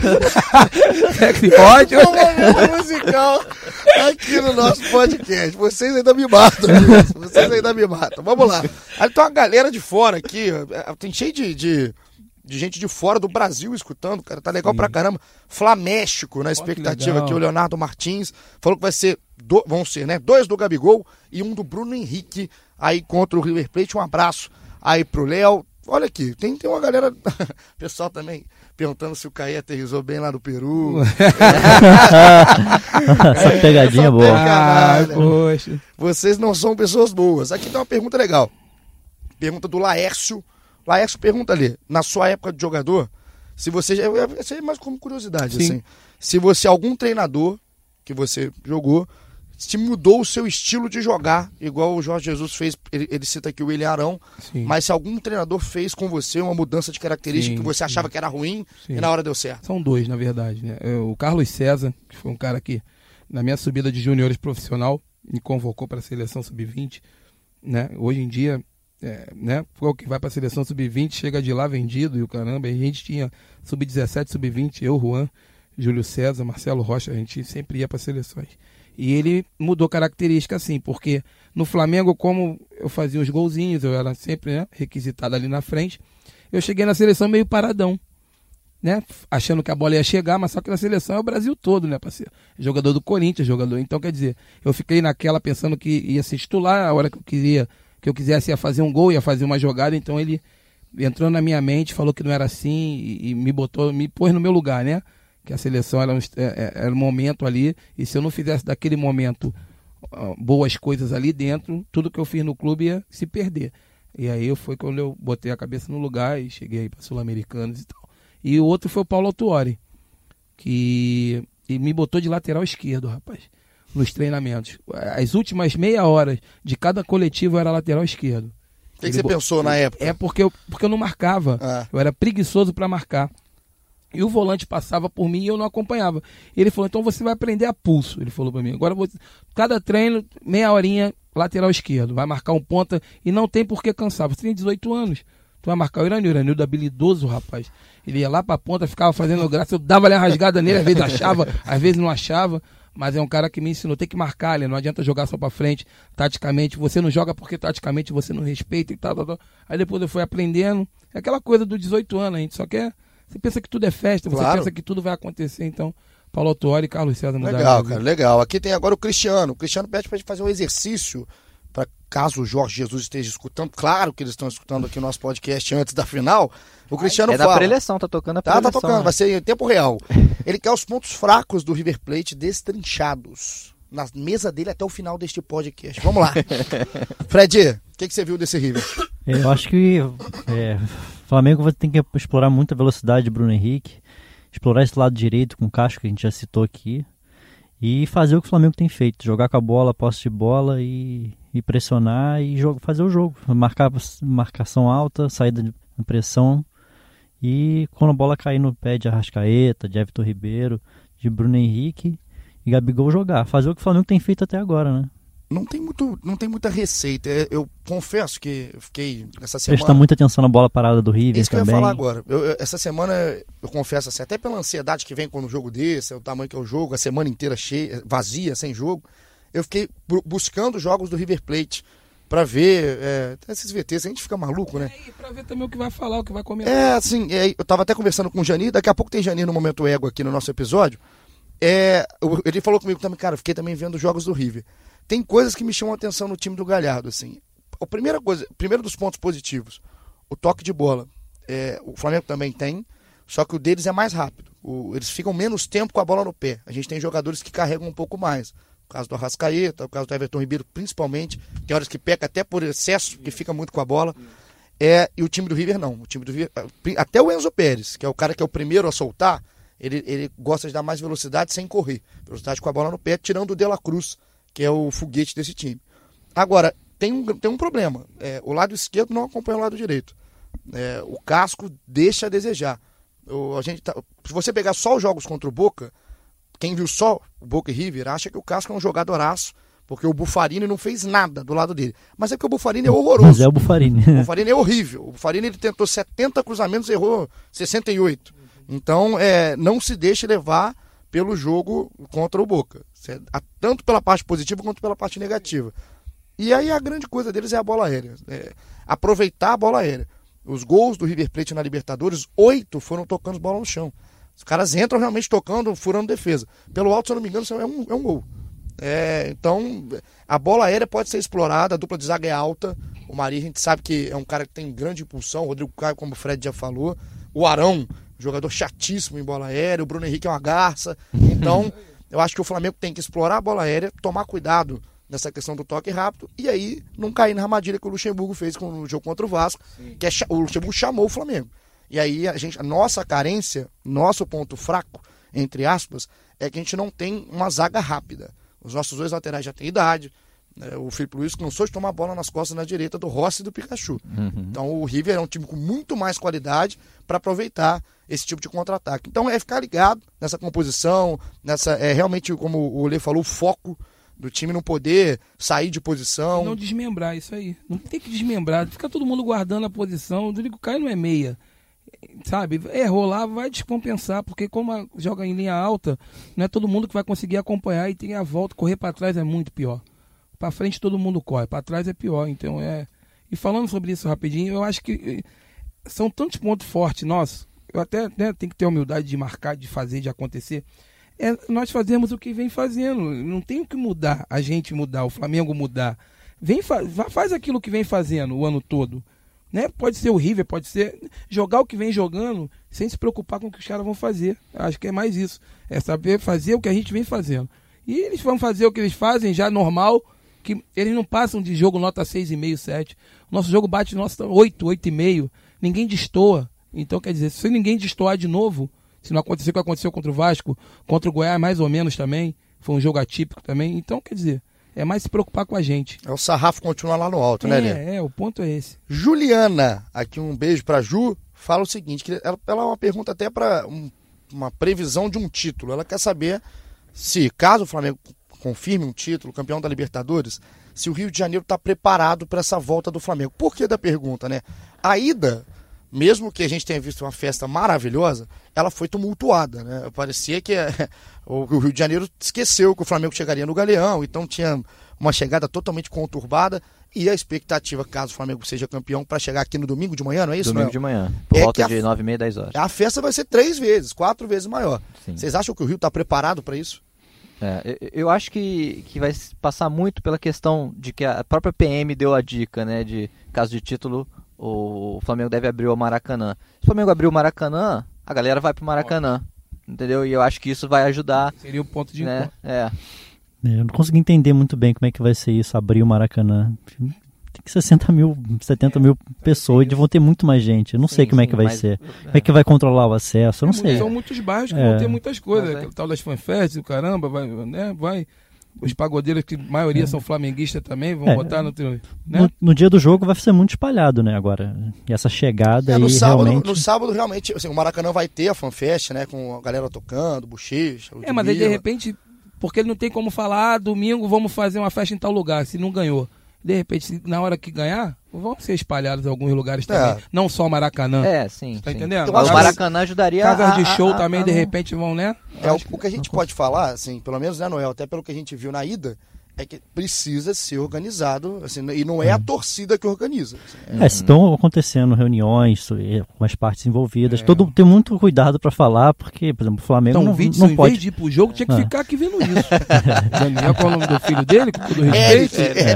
Ótimo. Foi o momento musical aqui no nosso podcast. Vocês ainda me matam. Vocês ainda me matam. Vamos lá. Aí tem uma galera de fora aqui. Tem cheio de gente de fora do Brasil escutando, cara. Tá legal pra caramba. Flaméxico, na expectativa aqui. O Leonardo Martins falou que vão ser, né? 2 do Gabigol e 1 do Bruno Henrique aí contra o River Plate. Um abraço aí pro Léo. Olha aqui, tem uma galera, pessoal também perguntando se o Caí aterrissou bem lá no Peru. Essa pegadinha boa. Poxa. Vocês não são pessoas boas. Aqui tem uma pergunta legal. Pergunta do Laércio. Laércio pergunta ali, na sua época de jogador, se você, isso é mais como curiosidade, assim, se você, algum treinador que você jogou, se mudou o seu estilo de jogar, igual o Jorge Jesus fez, ele cita aqui o William Arão, mas se algum treinador fez com você uma mudança de característica que você achava que era ruim e na hora deu certo. São 2, na verdade, né? O Carlos César, que foi um cara que, na minha subida de juniores profissional, me convocou para a seleção sub-20, né? Hoje em dia, né? Qual que vai para a seleção sub-20, chega de lá vendido e o caramba, a gente tinha sub-17, sub-20, eu, Juan, Júlio César, Marcelo Rocha, a gente sempre ia para seleções. E ele mudou característica assim, porque no Flamengo, como eu fazia os golzinhos, eu era sempre, né, requisitado ali na frente, eu cheguei na seleção meio paradão, né, achando que a bola ia chegar, mas só que na seleção é o Brasil todo, né, parceiro? Jogador do Corinthians, então quer dizer, eu fiquei naquela pensando que ia ser titular, a hora que eu quisesse ia fazer um gol, ia fazer uma jogada, então ele entrou na minha mente, falou que não era assim e me pôs no meu lugar, né? Que a seleção era um momento ali, e se eu não fizesse daquele momento boas coisas ali dentro, tudo que eu fiz no clube ia se perder. E aí foi quando eu botei a cabeça no lugar e cheguei para Sul-Americanos e tal. E o outro foi o Paulo Autuori, que me botou de lateral esquerdo, rapaz, nos treinamentos. As últimas meia hora de cada coletivo eu era lateral esquerdo. O que você pensou na época? Porque eu não marcava, eu era preguiçoso para marcar. E o volante passava por mim e eu não acompanhava. Ele falou, então você vai aprender a pulso. Ele falou pra mim, agora cada treino, meia horinha, lateral esquerdo. Vai marcar um ponta e não tem por que cansar. Você tem 18 anos. Tu vai marcar o Iranildo habilidoso, rapaz. Ele ia lá pra ponta, ficava fazendo graça. Eu dava ali a rasgada nele, às vezes achava, às vezes não achava. Mas é um cara que me ensinou, tem que marcar, ali, não adianta jogar só pra frente, taticamente. Você não joga porque taticamente você não respeita e tal. Aí depois eu fui aprendendo. É aquela coisa dos 18 anos, a gente só quer... Você pensa que tudo é festa, você pensa que tudo vai acontecer, então Paulo Autuori e Carlos César mudaram. Legal, cara, legal. Aqui tem agora o Cristiano. O Cristiano pede pra gente fazer um exercício, para caso o Jorge Jesus esteja escutando, claro que eles estão escutando aqui o nosso podcast antes da final, o Cristiano fala... É da preleção, tá tocando a preleção. Tá tocando, vai ser em tempo real. Ele quer os pontos fracos do River Plate destrinchados na mesa dele até o final deste podcast. Vamos lá. Fred, o que você viu desse River? Eu acho que o Flamengo vai ter que explorar muito a velocidade de Bruno Henrique, explorar esse lado direito com o Casco, que a gente já citou aqui, e fazer o que o Flamengo tem feito, jogar com a bola, posse de bola e pressionar e fazer o jogo, marcação alta, saída de pressão, e quando a bola cair no pé de Arrascaeta, de Everton Ribeiro, de Bruno Henrique e Gabigol jogar, fazer o que o Flamengo tem feito até agora, né? Não tem muita receita. Eu confesso que eu fiquei essa semana... Prestar muita atenção na bola parada do River também. Isso que eu ia falar agora. Essa semana, eu confesso assim, até pela ansiedade que vem com um jogo desse, o tamanho que é o jogo, a semana inteira cheia, vazia, sem jogo, eu fiquei buscando jogos do River Plate pra ver esses VTs. A gente fica maluco, né? E pra ver também o que vai falar, o que vai comentar. Assim, eu tava até conversando com o Janir, daqui a pouco tem Janir no Momento Ego aqui no nosso episódio. Ele falou comigo também, cara, eu fiquei também vendo jogos do River. Tem coisas que me chamam a atenção no time do Galhardo, assim. Primeiro dos pontos positivos, o toque de bola. O Flamengo também tem, só que o deles é mais rápido. Eles ficam menos tempo com a bola no pé. A gente tem jogadores que carregam um pouco mais. O caso do Arrascaeta, o caso do Everton Ribeiro, principalmente. Tem horas que peca até por excesso, que fica muito com a bola. E o time do River não. O time do River, até o Enzo Pérez, que é o cara que é o primeiro a soltar, ele gosta de dar mais velocidade sem correr. Velocidade com a bola no pé, tirando o De La Cruz, que é o foguete desse time. Agora, tem um problema. O lado esquerdo não acompanha o lado direito. O Casco deixa a desejar. Se você pegar só os jogos contra o Boca, quem viu só o Boca e River acha que o Casco é um jogadoraço, porque o Buffarini não fez nada do lado dele. Mas é porque o Buffarini é horroroso. Mas é o Buffarini. O Buffarini é horrível. O Buffarini ele tentou 70 cruzamentos e errou 68. Então, não se deixe levar pelo jogo contra o Boca. Tanto pela parte positiva quanto pela parte negativa. E aí a grande coisa deles é a bola aérea. Aproveitar a bola aérea. Os gols do River Plate na Libertadores, 8 foram tocando bola no chão. Os caras entram realmente tocando, furando defesa. Pelo alto, se eu não me engano, é um gol. Então, a bola aérea pode ser explorada, a dupla de zaga é alta. O Mari, a gente sabe que é um cara que tem grande impulsão. O Rodrigo Caio, como o Fred já falou. O Arão, jogador chatíssimo em bola aérea. O Bruno Henrique é uma garça. Então, eu acho que o Flamengo tem que explorar a bola aérea, tomar cuidado nessa questão do toque rápido, e aí não cair na armadilha que o Luxemburgo fez no jogo contra o Vasco, que o Luxemburgo chamou o Flamengo. E aí a nossa carência, nosso ponto fraco, entre aspas, é que a gente não tem uma zaga rápida. Os nossos dois laterais já têm idade, o Felipe Luiz cansou de tomar bola nas costas na direita do Rossi e do Pikachu. Então o River é um time com muito mais qualidade para aproveitar esse tipo de contra-ataque. Então ficar ligado nessa composição, realmente, como o Lê falou, o foco do time não poder sair de posição. Não desmembrar, isso aí. Não tem que desmembrar. Fica todo mundo guardando a posição. O Rodrigo Caio não é meia. Sabe? Errou lá, vai descompensar. Porque como joga em linha alta, não é todo mundo que vai conseguir acompanhar. E tem a volta, correr para trás é muito pior. Para frente todo mundo corre, para trás é pior. Então E falando sobre isso rapidinho, eu acho que são tantos pontos fortes nossos. Eu até tenho que ter a humildade de marcar, de fazer, de acontecer. Nós fazemos o que vem fazendo, não tem o que mudar, a gente mudar, o Flamengo mudar. Faz aquilo que vem fazendo o ano todo. Né? Pode ser o River, pode ser jogar o que vem jogando sem se preocupar com o que os caras vão fazer. Acho que é mais isso, é saber fazer o que a gente vem fazendo. E eles vão fazer o que eles fazem já normal, que eles não passam de jogo nota 6,5, 7. O nosso jogo bate nota 8, 8,5, ninguém destoa. Então quer dizer, se ninguém destoar de novo, se não acontecer o que aconteceu contra o Vasco, contra o Goiás mais ou menos também, foi um jogo atípico também, então quer dizer, é mais se preocupar com a gente. O sarrafo continua lá no alto, né, Lê? O ponto é esse. Juliana, aqui um beijo pra Ju, fala o seguinte, que ela é uma pergunta até para uma previsão de um título. Ela quer saber se, caso o Flamengo confirme um título, campeão da Libertadores, se o Rio de Janeiro está preparado para essa volta do Flamengo. Por que da pergunta, né? A ida, mesmo que a gente tenha visto uma festa maravilhosa, ela foi tumultuada, né? Parecia que o Rio de Janeiro esqueceu que o Flamengo chegaria no Galeão, então tinha uma chegada totalmente conturbada, e a expectativa, caso o Flamengo seja campeão, para chegar aqui no domingo de manhã, não é isso? Domingo de manhã, por volta de 9h30, 10 horas. A festa vai ser 3 vezes, 4 vezes maior. Sim. Vocês acham que o Rio está preparado para isso? Eu acho que vai passar muito pela questão de que a própria PM deu a dica, né, de caso de título, o Flamengo deve abrir o Maracanã. Se o Flamengo abrir o Maracanã, a galera vai pro Maracanã, entendeu? E eu acho que isso vai ajudar. Seria o ponto de encontro. Eu não consegui entender muito bem como é que vai ser isso, abrir o Maracanã. Tem que 70 mil pessoas e vão ter muito mais gente. Eu não sei como é que vai ser. Como é que vai controlar o acesso? Eu não sei. São muitos bairros que vão ter muitas coisas. O tal das fanfests, o caramba, vai. Os pagodeiros, que a maioria são flamenguistas também, vão botar no... Né? No dia do jogo vai ser muito espalhado, né, agora. E essa chegada aí realmente... No sábado, realmente, assim, o Maracanã vai ter a fanfest, né, com a galera tocando, bochecha... Mas aí, de repente, porque ele não tem como falar, domingo vamos fazer uma festa em tal lugar, se não ganhou. De repente, na hora que ganhar, vão ser espalhados em alguns lugares também. Não só o Maracanã. Sim. Tá entendendo? O Maracanã ajudaria casas de show também, de repente, vão, né? O que a gente pode falar, assim, pelo menos, né, Noel, até pelo que a gente viu na ida, é que precisa ser organizado, assim, e não é a torcida que organiza. Assim, estão acontecendo reuniões com as partes envolvidas, tem muito cuidado para falar, porque, por exemplo, o Flamengo não pode... Em vez de ir pro jogo, tinha que ficar aqui vendo isso. Daniel, qual é o nome do filho dele? Com todo respeito.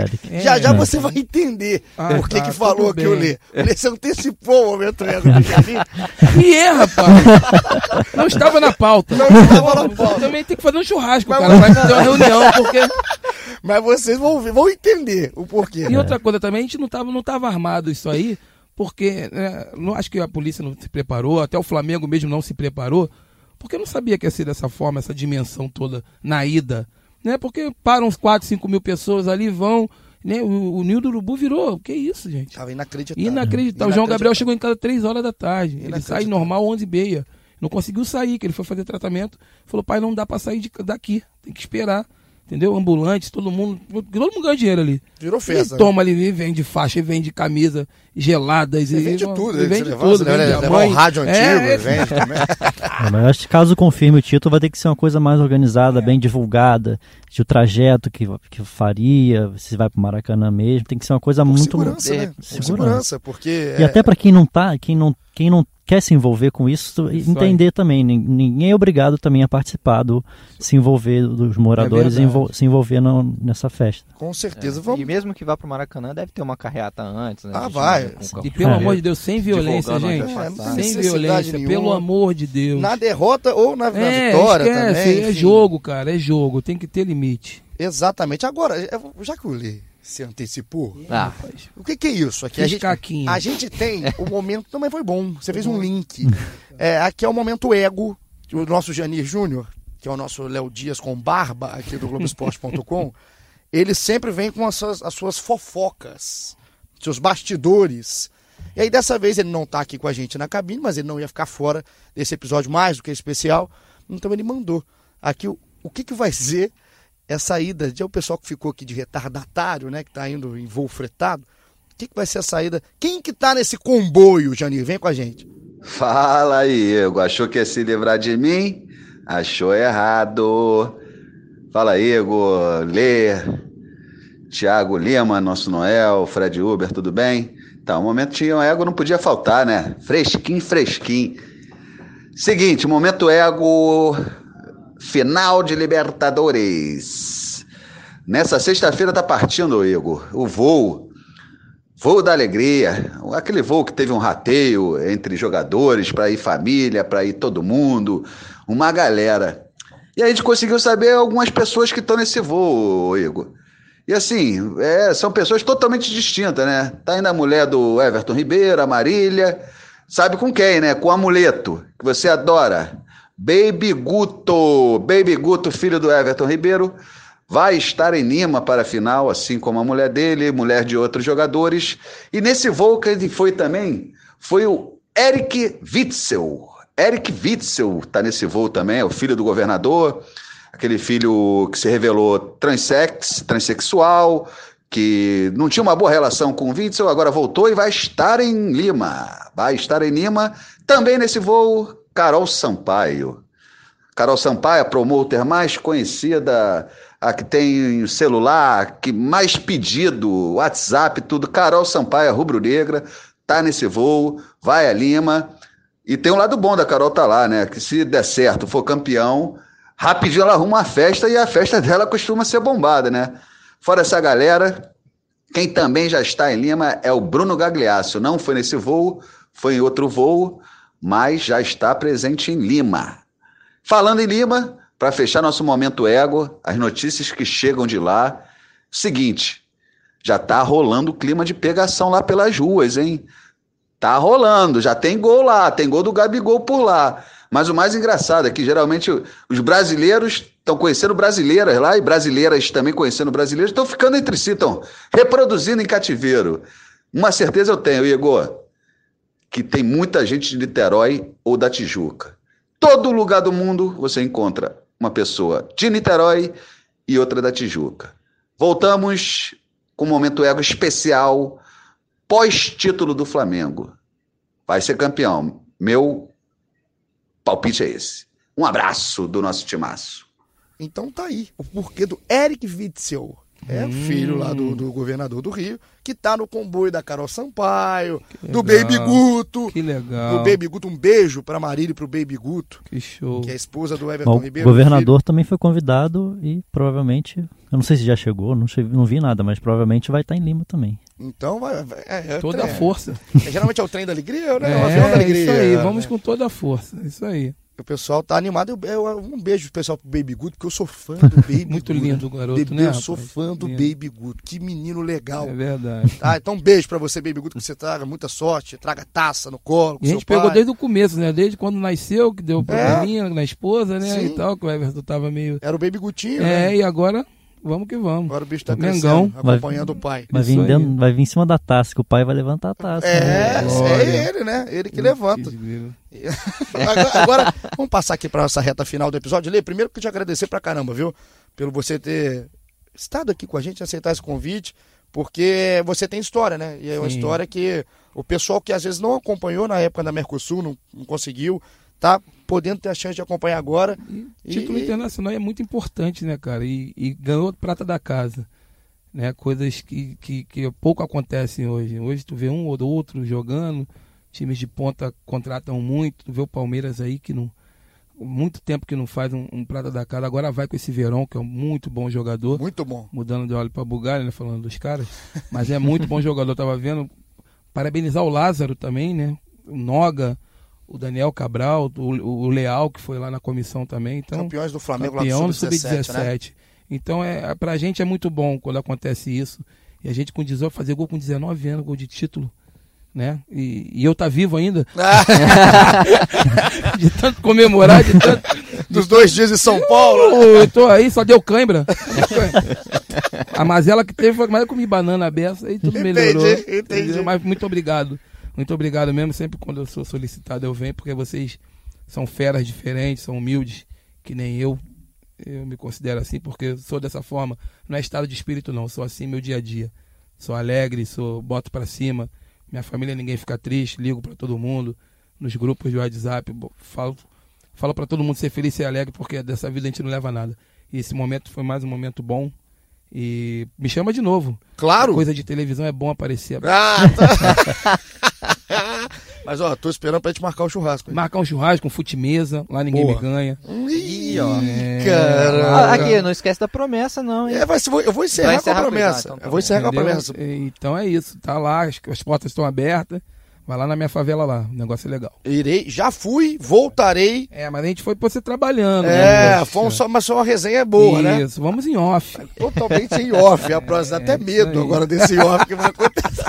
Já você vai entender por que falou aqui o Lê. O Lê se antecipou o momento do Jardim. rapaz! Não estava na pauta. Também tem que fazer um churrasco, cara. Vai ter uma reunião, porque... Mas vocês vão entender o porquê. E outra coisa também, a gente não tava armado isso aí, porque não acho que a polícia não se preparou, até o Flamengo mesmo não se preparou, porque eu não sabia que ia ser dessa forma, essa dimensão toda na ida. Né? Porque param uns 4, 5 mil pessoas ali, vão... Né? O Ninho do Urubu virou. Que isso, gente? Tava inacreditável. O João Gabriel chegou em casa 3 horas da tarde. Ele sai normal 11h30. Não conseguiu sair, que ele foi fazer tratamento. Falou, pai, não dá pra sair daqui. Tem que esperar. entendeu? Ambulantes, todo mundo ganha dinheiro ali. Virou festa. E toma ali, e vende faixa, e vende camisa geladas. E vende tudo. E vende tudo. Vende levar um rádio antigo, vende também. Mas acho que caso confirme o título, vai ter que ser uma coisa mais organizada, bem divulgada, de o trajeto que faria, se vai pro Maracanã mesmo, tem que ser uma coisa muito... Segurança, né? Segurança, porque... E até para quem não quer se envolver com isso, entender também, ninguém é obrigado também a participar se envolver, dos moradores se envolver nessa festa. Com certeza. E mesmo que vá pro Maracanã, deve ter uma carreata antes, né? Vai. E pelo amor de Deus, sem violência, gente. Sem violência, pelo amor de Deus. Na derrota ou na vitória também. É jogo, cara, é jogo, tem que ter limite. Exatamente. Agora, já que o Lê se antecipou, o que é isso? Aqui a gente tem o momento, também foi bom, você fez um link. Aqui é o momento ego, o nosso Janir Júnior, que é o nosso Léo Dias com barba aqui do Globoesporte.com, ele sempre vem com as suas fofocas, seus bastidores. E aí dessa vez ele não está aqui com a gente na cabine, mas ele não ia ficar fora desse episódio mais do que especial, então ele mandou aqui o que vai ser essa ida, o pessoal que ficou aqui de retardatário, né, que está indo em voo fretado, o que vai ser a saída? Quem que tá nesse comboio, Janir? Vem com a gente. Fala aí, Igor. Achou que ia se livrar de mim? Achou errado. Fala aí, Igor, Lê, Thiago Lima, nosso Noel, Fred Uber, tudo bem? Então, o momentinho ego não podia faltar, né? Fresquinho. Seguinte, momento ego... Final de Libertadores. Nessa sexta-feira tá partindo, Igor, o voo da alegria, aquele voo que teve um rateio entre jogadores, para ir família, para ir todo mundo, uma galera. E a gente conseguiu saber algumas pessoas que estão nesse voo, Igor. E assim, são pessoas totalmente distintas, né? Tá indo a mulher do Everton Ribeiro, a Marília, sabe com quem, né? Com o amuleto, que você adora. Baby Guto, filho do Everton Ribeiro, vai estar em Lima para a final, assim como a mulher dele, mulher de outros jogadores. E nesse voo que ele foi também, foi o Eric Witzel. Eric Witzel está nesse voo também, é o filho do governador, aquele filho que se revelou transexual, que não tinha uma boa relação com o Witzel, agora voltou e vai estar em Lima. Também nesse voo, Carol Sampaio, a promoter mais conhecida, a que tem celular, que mais pedido, WhatsApp, tudo. Carol Sampaio, rubro-negra, tá nesse voo, vai a Lima. E tem um lado bom da Carol tá lá, né? Que se der certo, for campeão, rapidinho ela arruma uma festa e a festa dela costuma ser bombada, né? Fora essa galera, quem também já está em Lima é o Bruno Gagliasso. Não foi nesse voo, foi em outro voo, mas já está presente em Lima. Falando em Lima, para fechar nosso momento ego, as notícias que chegam de lá, seguinte, já está rolando o clima de pegação lá pelas ruas, hein? Tá rolando, já tem gol lá, tem gol do Gabigol por lá. Mas o mais engraçado é que geralmente os brasileiros estão conhecendo brasileiras lá e brasileiras também conhecendo brasileiros, estão ficando entre si, estão reproduzindo em cativeiro. Uma certeza eu tenho, Igor, que tem muita gente de Niterói ou da Tijuca. Todo lugar do mundo você encontra uma pessoa de Niterói e outra da Tijuca. Voltamos com um momento ego especial pós-título do Flamengo. Vai ser campeão. Meu palpite é esse. Um abraço do nosso timaço. Então tá aí o porquê do Eric Witzel. Filho lá do governador do Rio, que tá no comboio da Carol Sampaio, do Baby Guto. Que legal. Do Baby Guto, um beijo pra Marília e pro Baby Guto. Que show. Que é a esposa do Everton Ribeiro. O governador também foi convidado e provavelmente, eu não sei se já chegou, não vi nada, mas provavelmente vai estar em Lima também. Então vai toda a força. Geralmente é o trem da alegria, né? O avião da alegria. Isso aí, vamos com toda a força. Isso aí. O pessoal tá animado. Um beijo pro pessoal pro Baby Guto, porque eu sou fã do Baby Muito Guto. lindo o garoto, né? Eu sou fã do Baby Guto. Que menino legal. É verdade. Tá, então um beijo pra você, Baby Guto, que você traga muita sorte, traga taça no colo. E a gente pegou desde o começo, né? Desde quando nasceu, que deu probleminha na esposa, né? Sim. E tal, que o Everton tava meio... Era o Baby Gutinho, né? E agora vamos que vamos. Agora o bicho tá Mengão. crescendo, acompanhando o pai. Vai vir em cima da taça, que o pai vai levantar a taça. É ele, né? Ele que levanta. Agora, vamos passar aqui pra nossa reta final do episódio. Lê, primeiro que eu te agradecer pra caramba, viu? Pelo você ter estado aqui com a gente, aceitar esse convite, porque você tem história, né? E é uma história que o pessoal que às vezes não acompanhou na época da Mercosul, não conseguiu, tá podendo ter a chance de acompanhar agora. Título internacional é muito importante, né, cara? E ganhou prata da casa, né? Coisas que pouco acontecem hoje. Hoje tu vê um ou outro jogando, times de ponta contratam muito, tu vê o Palmeiras aí que não... muito tempo que não faz um prata da casa, agora vai com esse Verón, que é um muito bom jogador. Muito bom. Mudando de óleo para Bulgária, né, falando dos caras, mas é muito bom jogador, tava vendo. Parabenizar o Lázaro também, né, o Noga, o Daniel Cabral, o Leal, que foi lá na comissão também. Então, campeões do Flamengo campeão lá do do Sub-17, né? Então, pra gente é muito bom quando acontece isso, e a gente com 18, fazer gol com 19 anos, gol de título, né? E eu tá vivo ainda. De tanto comemorar, de tanto... Dos 2 dias em São Paulo. Eu tô aí, só deu cãibra. A mazela que teve foi mais eu comi banana aberta e tudo melhorou. Entendi. Mas muito obrigado. Muito obrigado mesmo. Sempre quando eu sou solicitado eu venho, porque vocês são feras diferentes, são humildes, que nem eu. Eu me considero assim, porque eu sou dessa forma. Não é estado de espírito, não. Sou assim meu dia a dia. Sou alegre, boto pra cima. Minha família, ninguém fica triste, ligo pra todo mundo. Nos grupos de WhatsApp, falo pra todo mundo ser feliz e ser alegre, porque dessa vida a gente não leva nada. E esse momento foi mais um momento bom. E me chama de novo. Claro. Coisa de televisão é bom aparecer. Tá. Mas ó, tô esperando pra gente marcar o churrasco. Hein? Marcar um churrasco, um fute-mesa, lá ninguém me ganha. Ih, ó. Caramba. Aqui, não esquece da promessa, não, hein? Eu vou encerrar com a promessa. Então, eu vou encerrar com a promessa. Então é isso, tá lá, as portas estão abertas. Vai lá na minha favela lá, o negócio é legal. Irei, já fui, voltarei. Mas a gente foi pra você trabalhando. Mas só uma resenha boa, né? Isso, vamos em off. Totalmente em off. A próxima, até medo agora desse off que vai acontecer.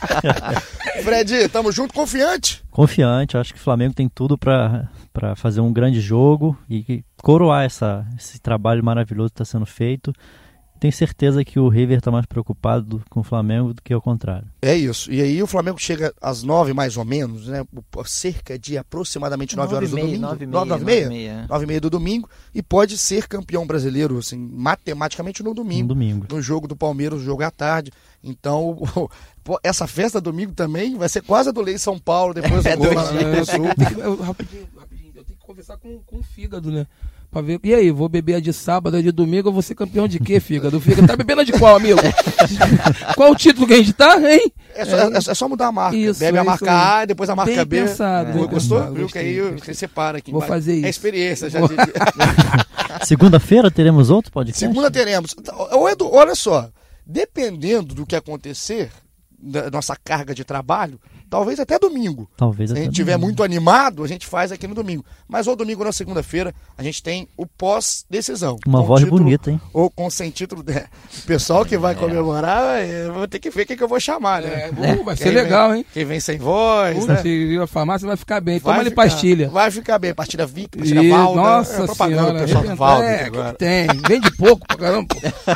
Fred, tamo junto, confiante? Confiante, acho que o Flamengo tem tudo pra fazer um grande jogo e coroar esse trabalho maravilhoso que está sendo feito. Tenho certeza que o River está mais preocupado com o Flamengo do que ao contrário. É isso. E aí o Flamengo chega às 9 mais ou menos, né? Cerca de aproximadamente 9 horas do domingo. 9h30 do domingo. E pode ser campeão brasileiro, assim, matematicamente no domingo. No jogo do Palmeiras, o jogo à tarde. Então, essa festa domingo também vai ser quase a do Lei São Paulo, depois do gol lá no Sul. Rapidinho, eu tenho que conversar com o Fígado, né? Pra ver. E aí, vou beber a de sábado, a de domingo, eu vou ser campeão de quê, Fígado? Tá bebendo a de qual, amigo? Qual o título que a gente tá, hein? É só mudar a marca. Bebe a marca A e depois a marca B. Pensado, gostou? Viu que aí você separa aqui. Vou fazer isso. É experiência. Já Segunda-feira teremos outro podcast? Segunda teremos. Edu, olha só, dependendo do que acontecer, da nossa carga de trabalho, talvez até domingo. Se a gente estiver muito animado, a gente faz aqui no domingo. Mas ou domingo ou na segunda-feira, a gente tem o pós-decisão. Uma voz bonita, hein? Ou com sem título. O pessoal que vai comemorar, eu vou ter que ver quem que eu vou chamar, né? Vai ser legal, hein? Quem vem sem voz, né? Se ir à farmácia vai ficar bem. Toma ali pastilha. Vai ficar bem. Pastilha Vic, pastilha Valda. Nossa senhora. Pessoal do Valda agora. Tem. Vende pouco pra caramba.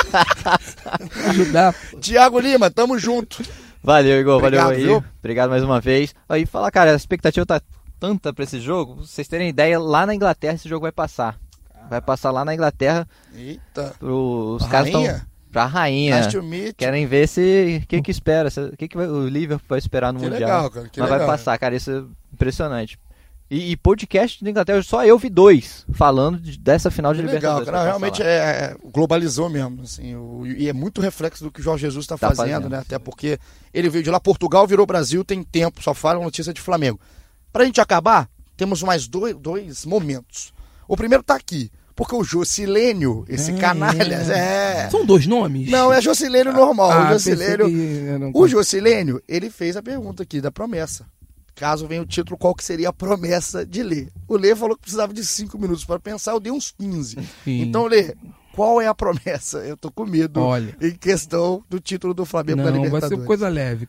Ajudar. Tiago Lima, tamo junto. Valeu, Igor. Obrigado, valeu aí. Viu? Obrigado mais uma vez. Aí fala, cara, a expectativa tá tanta pra esse jogo. Pra vocês terem ideia, lá na Inglaterra esse jogo vai passar. Vai passar lá na Inglaterra. Eita. Os caras estão pra rainha. Querem ver o que espera. O que o Liverpool vai esperar no Mundial. Legal, cara. Mas vai passar, cara. Isso é impressionante. E podcast da Inglaterra, só eu vi 2 falando dessa final de Libertadores. Legal, cara, realmente globalizou mesmo, assim, e é muito reflexo do que o Jorge Jesus está fazendo, né? Até porque ele veio de lá, Portugal virou Brasil, tem tempo, só fala notícia de Flamengo. Pra gente acabar, temos mais dois momentos. O primeiro tá aqui, porque o Jocilênio, esse canalha, São 2 nomes? Não, é Jocilênio normal. O Jocilênio, ele fez a pergunta aqui da promessa. Caso venha o título, qual que seria a promessa de Lê? O Lê falou que precisava de 5 minutos para pensar, eu dei uns 15. Sim. Então, Lê, qual é a promessa? Eu tô com medo em questão do título do Flamengo da Libertadores. Vai ser coisa leve.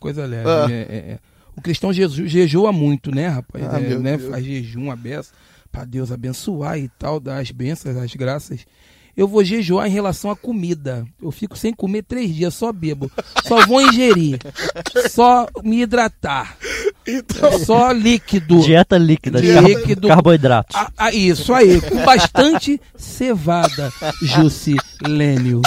O cristão jejua muito, né, rapaz? Faz jejum, a beça, para Deus abençoar e tal, dar as bênçãos, as graças. eu vou jejuar em relação à comida. Eu fico sem comer 3 dias, só bebo. Só vou ingerir. Só me hidratar. Então, só líquido. Dieta líquida, líquido, carboidratos. Isso aí, com bastante cevada, Jusilênio.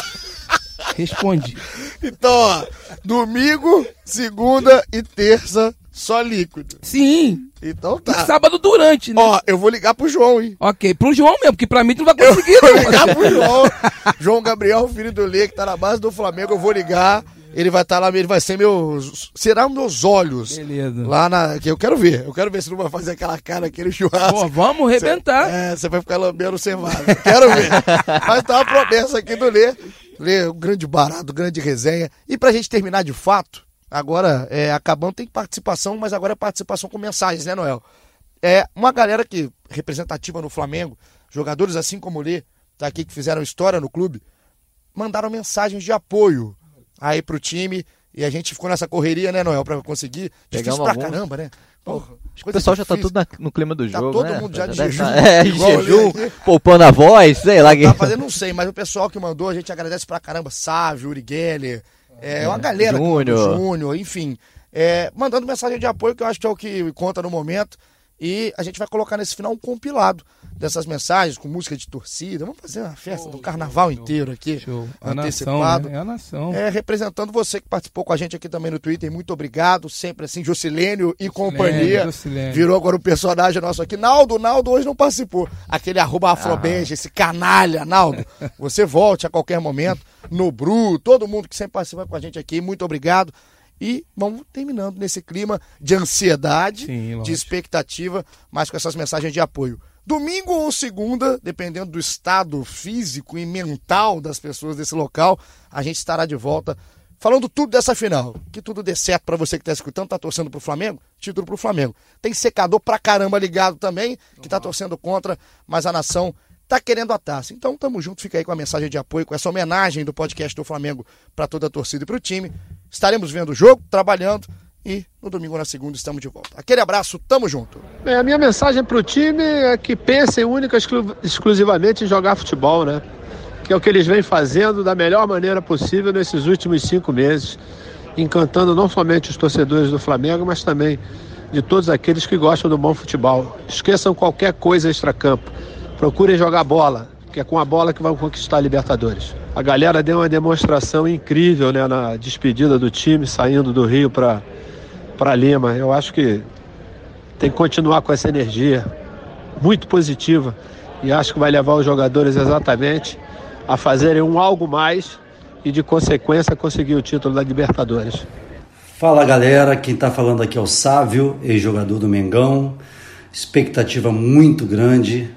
Respondi. Então, ó, domingo, segunda e terça, só líquido. Sim. Então tá. E sábado durante, né? Ó, eu vou ligar pro João, hein? Ok, pro João mesmo, porque pra mim tu não vai conseguir. Eu vou ligar pro João. João Gabriel, filho do Lê, que tá na base do Flamengo, eu vou ligar. Ele vai estar lá, ele vai ser será meus olhos. Beleza. Lá que eu quero ver se não vai fazer aquela cara, aquele churrasco. Pô, vamos arrebentar. Você vai ficar lambendo o cevado. Quero ver. Mas tá uma promessa aqui do Lê, um grande barato, grande resenha. E pra gente terminar de fato, agora, acabando, tem participação, mas agora é participação com mensagens, né, Noel? Uma galera que representativa no Flamengo, jogadores assim como o Lê, tá aqui, que fizeram história no clube, mandaram mensagens de apoio aí pro time, e a gente ficou nessa correria, né, Noel, pra conseguir. Difícil pra caramba, né? Porra, o pessoal já tá tudo no clima do jogo, né? Tá todo mundo já de jejum. De jejum, poupando a voz, sei lá. Tá fazendo, não sei, mas o pessoal que mandou, a gente agradece pra caramba. Sávio, Uri Geller, uma galera, Júnior, enfim. Mandando mensagem de apoio, que eu acho que é o que conta no momento. E a gente vai colocar nesse final um compilado dessas mensagens, com música de torcida. Vamos fazer uma festa do carnaval inteiro aqui, antecipado. É a nação. Representando você que participou com a gente aqui também no Twitter. Muito obrigado, sempre assim, Jusilênio e companhia. Virou agora o personagem nosso aqui. Naldo hoje não participou. Aquele @afrobege, esse canalha, Naldo. Você volte a qualquer momento. Nobru, todo mundo que sempre participa com a gente aqui. Muito obrigado. E vamos terminando nesse clima de ansiedade, de expectativa, mas com essas mensagens de apoio. Domingo ou segunda, dependendo do estado físico e mental das pessoas desse local, a gente estará de volta falando tudo dessa final. Que tudo dê certo para você que está escutando, tá torcendo pro Flamengo, título pro Flamengo. Tem secador pra caramba ligado também, que tá torcendo contra, mas a nação tá querendo a taça. Então tamo junto, fica aí com a mensagem de apoio, com essa homenagem do podcast do Flamengo para toda a torcida e pro time. Estaremos vendo o jogo, trabalhando, e no domingo ou na segunda estamos de volta. Aquele abraço, tamo junto. A minha mensagem pro time é que pensem única exclusivamente em jogar futebol, né? Que é o que eles vêm fazendo da melhor maneira possível nesses últimos 5 meses, encantando não somente os torcedores do Flamengo, mas também de todos aqueles que gostam do bom futebol. Esqueçam qualquer coisa extracampo. Procurem jogar bola, que é com a bola que vão conquistar a Libertadores. A galera deu uma demonstração incrível, né, na despedida do time, saindo do Rio para Lima. Eu acho que tem que continuar com essa energia muito positiva e acho que vai levar os jogadores exatamente a fazerem algo mais e, de consequência, conseguir o título da Libertadores. Fala, galera, quem está falando aqui é o Sávio, ex-jogador do Mengão. Expectativa muito grande,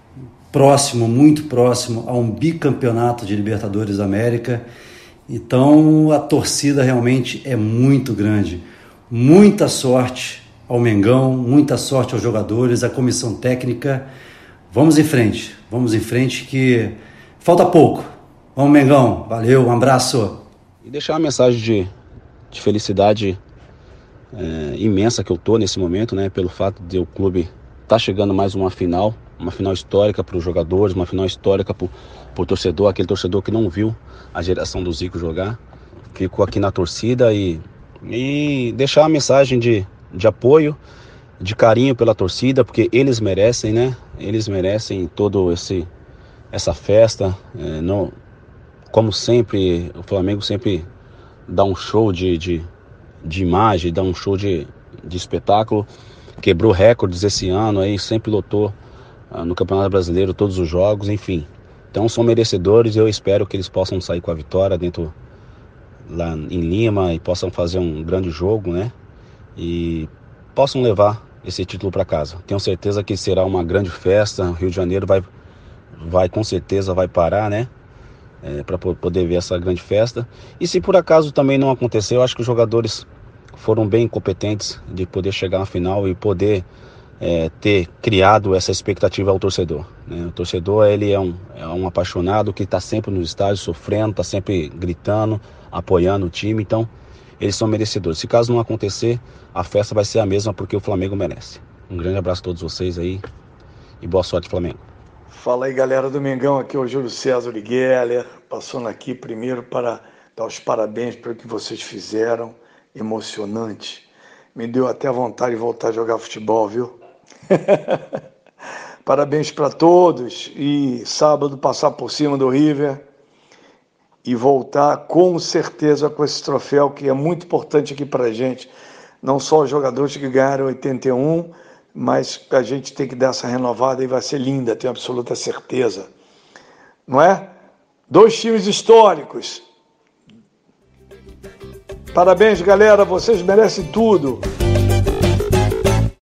muito próximo a um bicampeonato de Libertadores da América. Então a torcida realmente é muito grande. Muita sorte ao Mengão, muita sorte aos jogadores, à comissão técnica. Vamos em frente que falta pouco. Vamos, Mengão, valeu, um abraço. E deixar uma mensagem de felicidade imensa que eu tô nesse momento, né, pelo fato de o clube estar chegando mais uma final histórica para os jogadores, uma final histórica para o torcedor, aquele torcedor que não viu a geração do Zico jogar, ficou aqui na torcida e deixar uma mensagem de apoio, de carinho pela torcida, porque eles merecem, né? Eles merecem todo essa festa. Como sempre, o Flamengo sempre dá um show de imagem, dá um show de espetáculo, quebrou recordes esse ano, aí sempre lotou no Campeonato Brasileiro todos os jogos, enfim. Então são merecedores e eu espero que eles possam sair com a vitória lá em Lima e possam fazer um grande jogo, né? E possam levar esse título para casa. Tenho certeza que será uma grande festa. O Rio de Janeiro vai com certeza vai parar, né? Para poder ver essa grande festa. E se por acaso também não acontecer, eu acho que os jogadores foram bem competentes de poder chegar na final e poder ter criado essa expectativa ao torcedor, né? O torcedor, ele é um apaixonado que está sempre nos estádios sofrendo, está sempre gritando, apoiando o time, então eles são merecedores. Se caso não acontecer, a festa vai ser a mesma porque o Flamengo merece. Um grande abraço a todos vocês aí e boa sorte, Flamengo. Fala aí, galera do Mengão, aqui é o Júlio César Geller, passando aqui primeiro para dar os parabéns pelo que vocês fizeram, emocionante. Me deu até vontade de voltar a jogar futebol, viu? Parabéns para todos e sábado passar por cima do River e voltar com certeza com esse troféu que é muito importante aqui para a gente, não só os jogadores que ganharam 81, mas a gente tem que dar essa renovada e vai ser linda, tenho absoluta certeza. Não é? 2 times históricos. Parabéns, galera, vocês merecem tudo.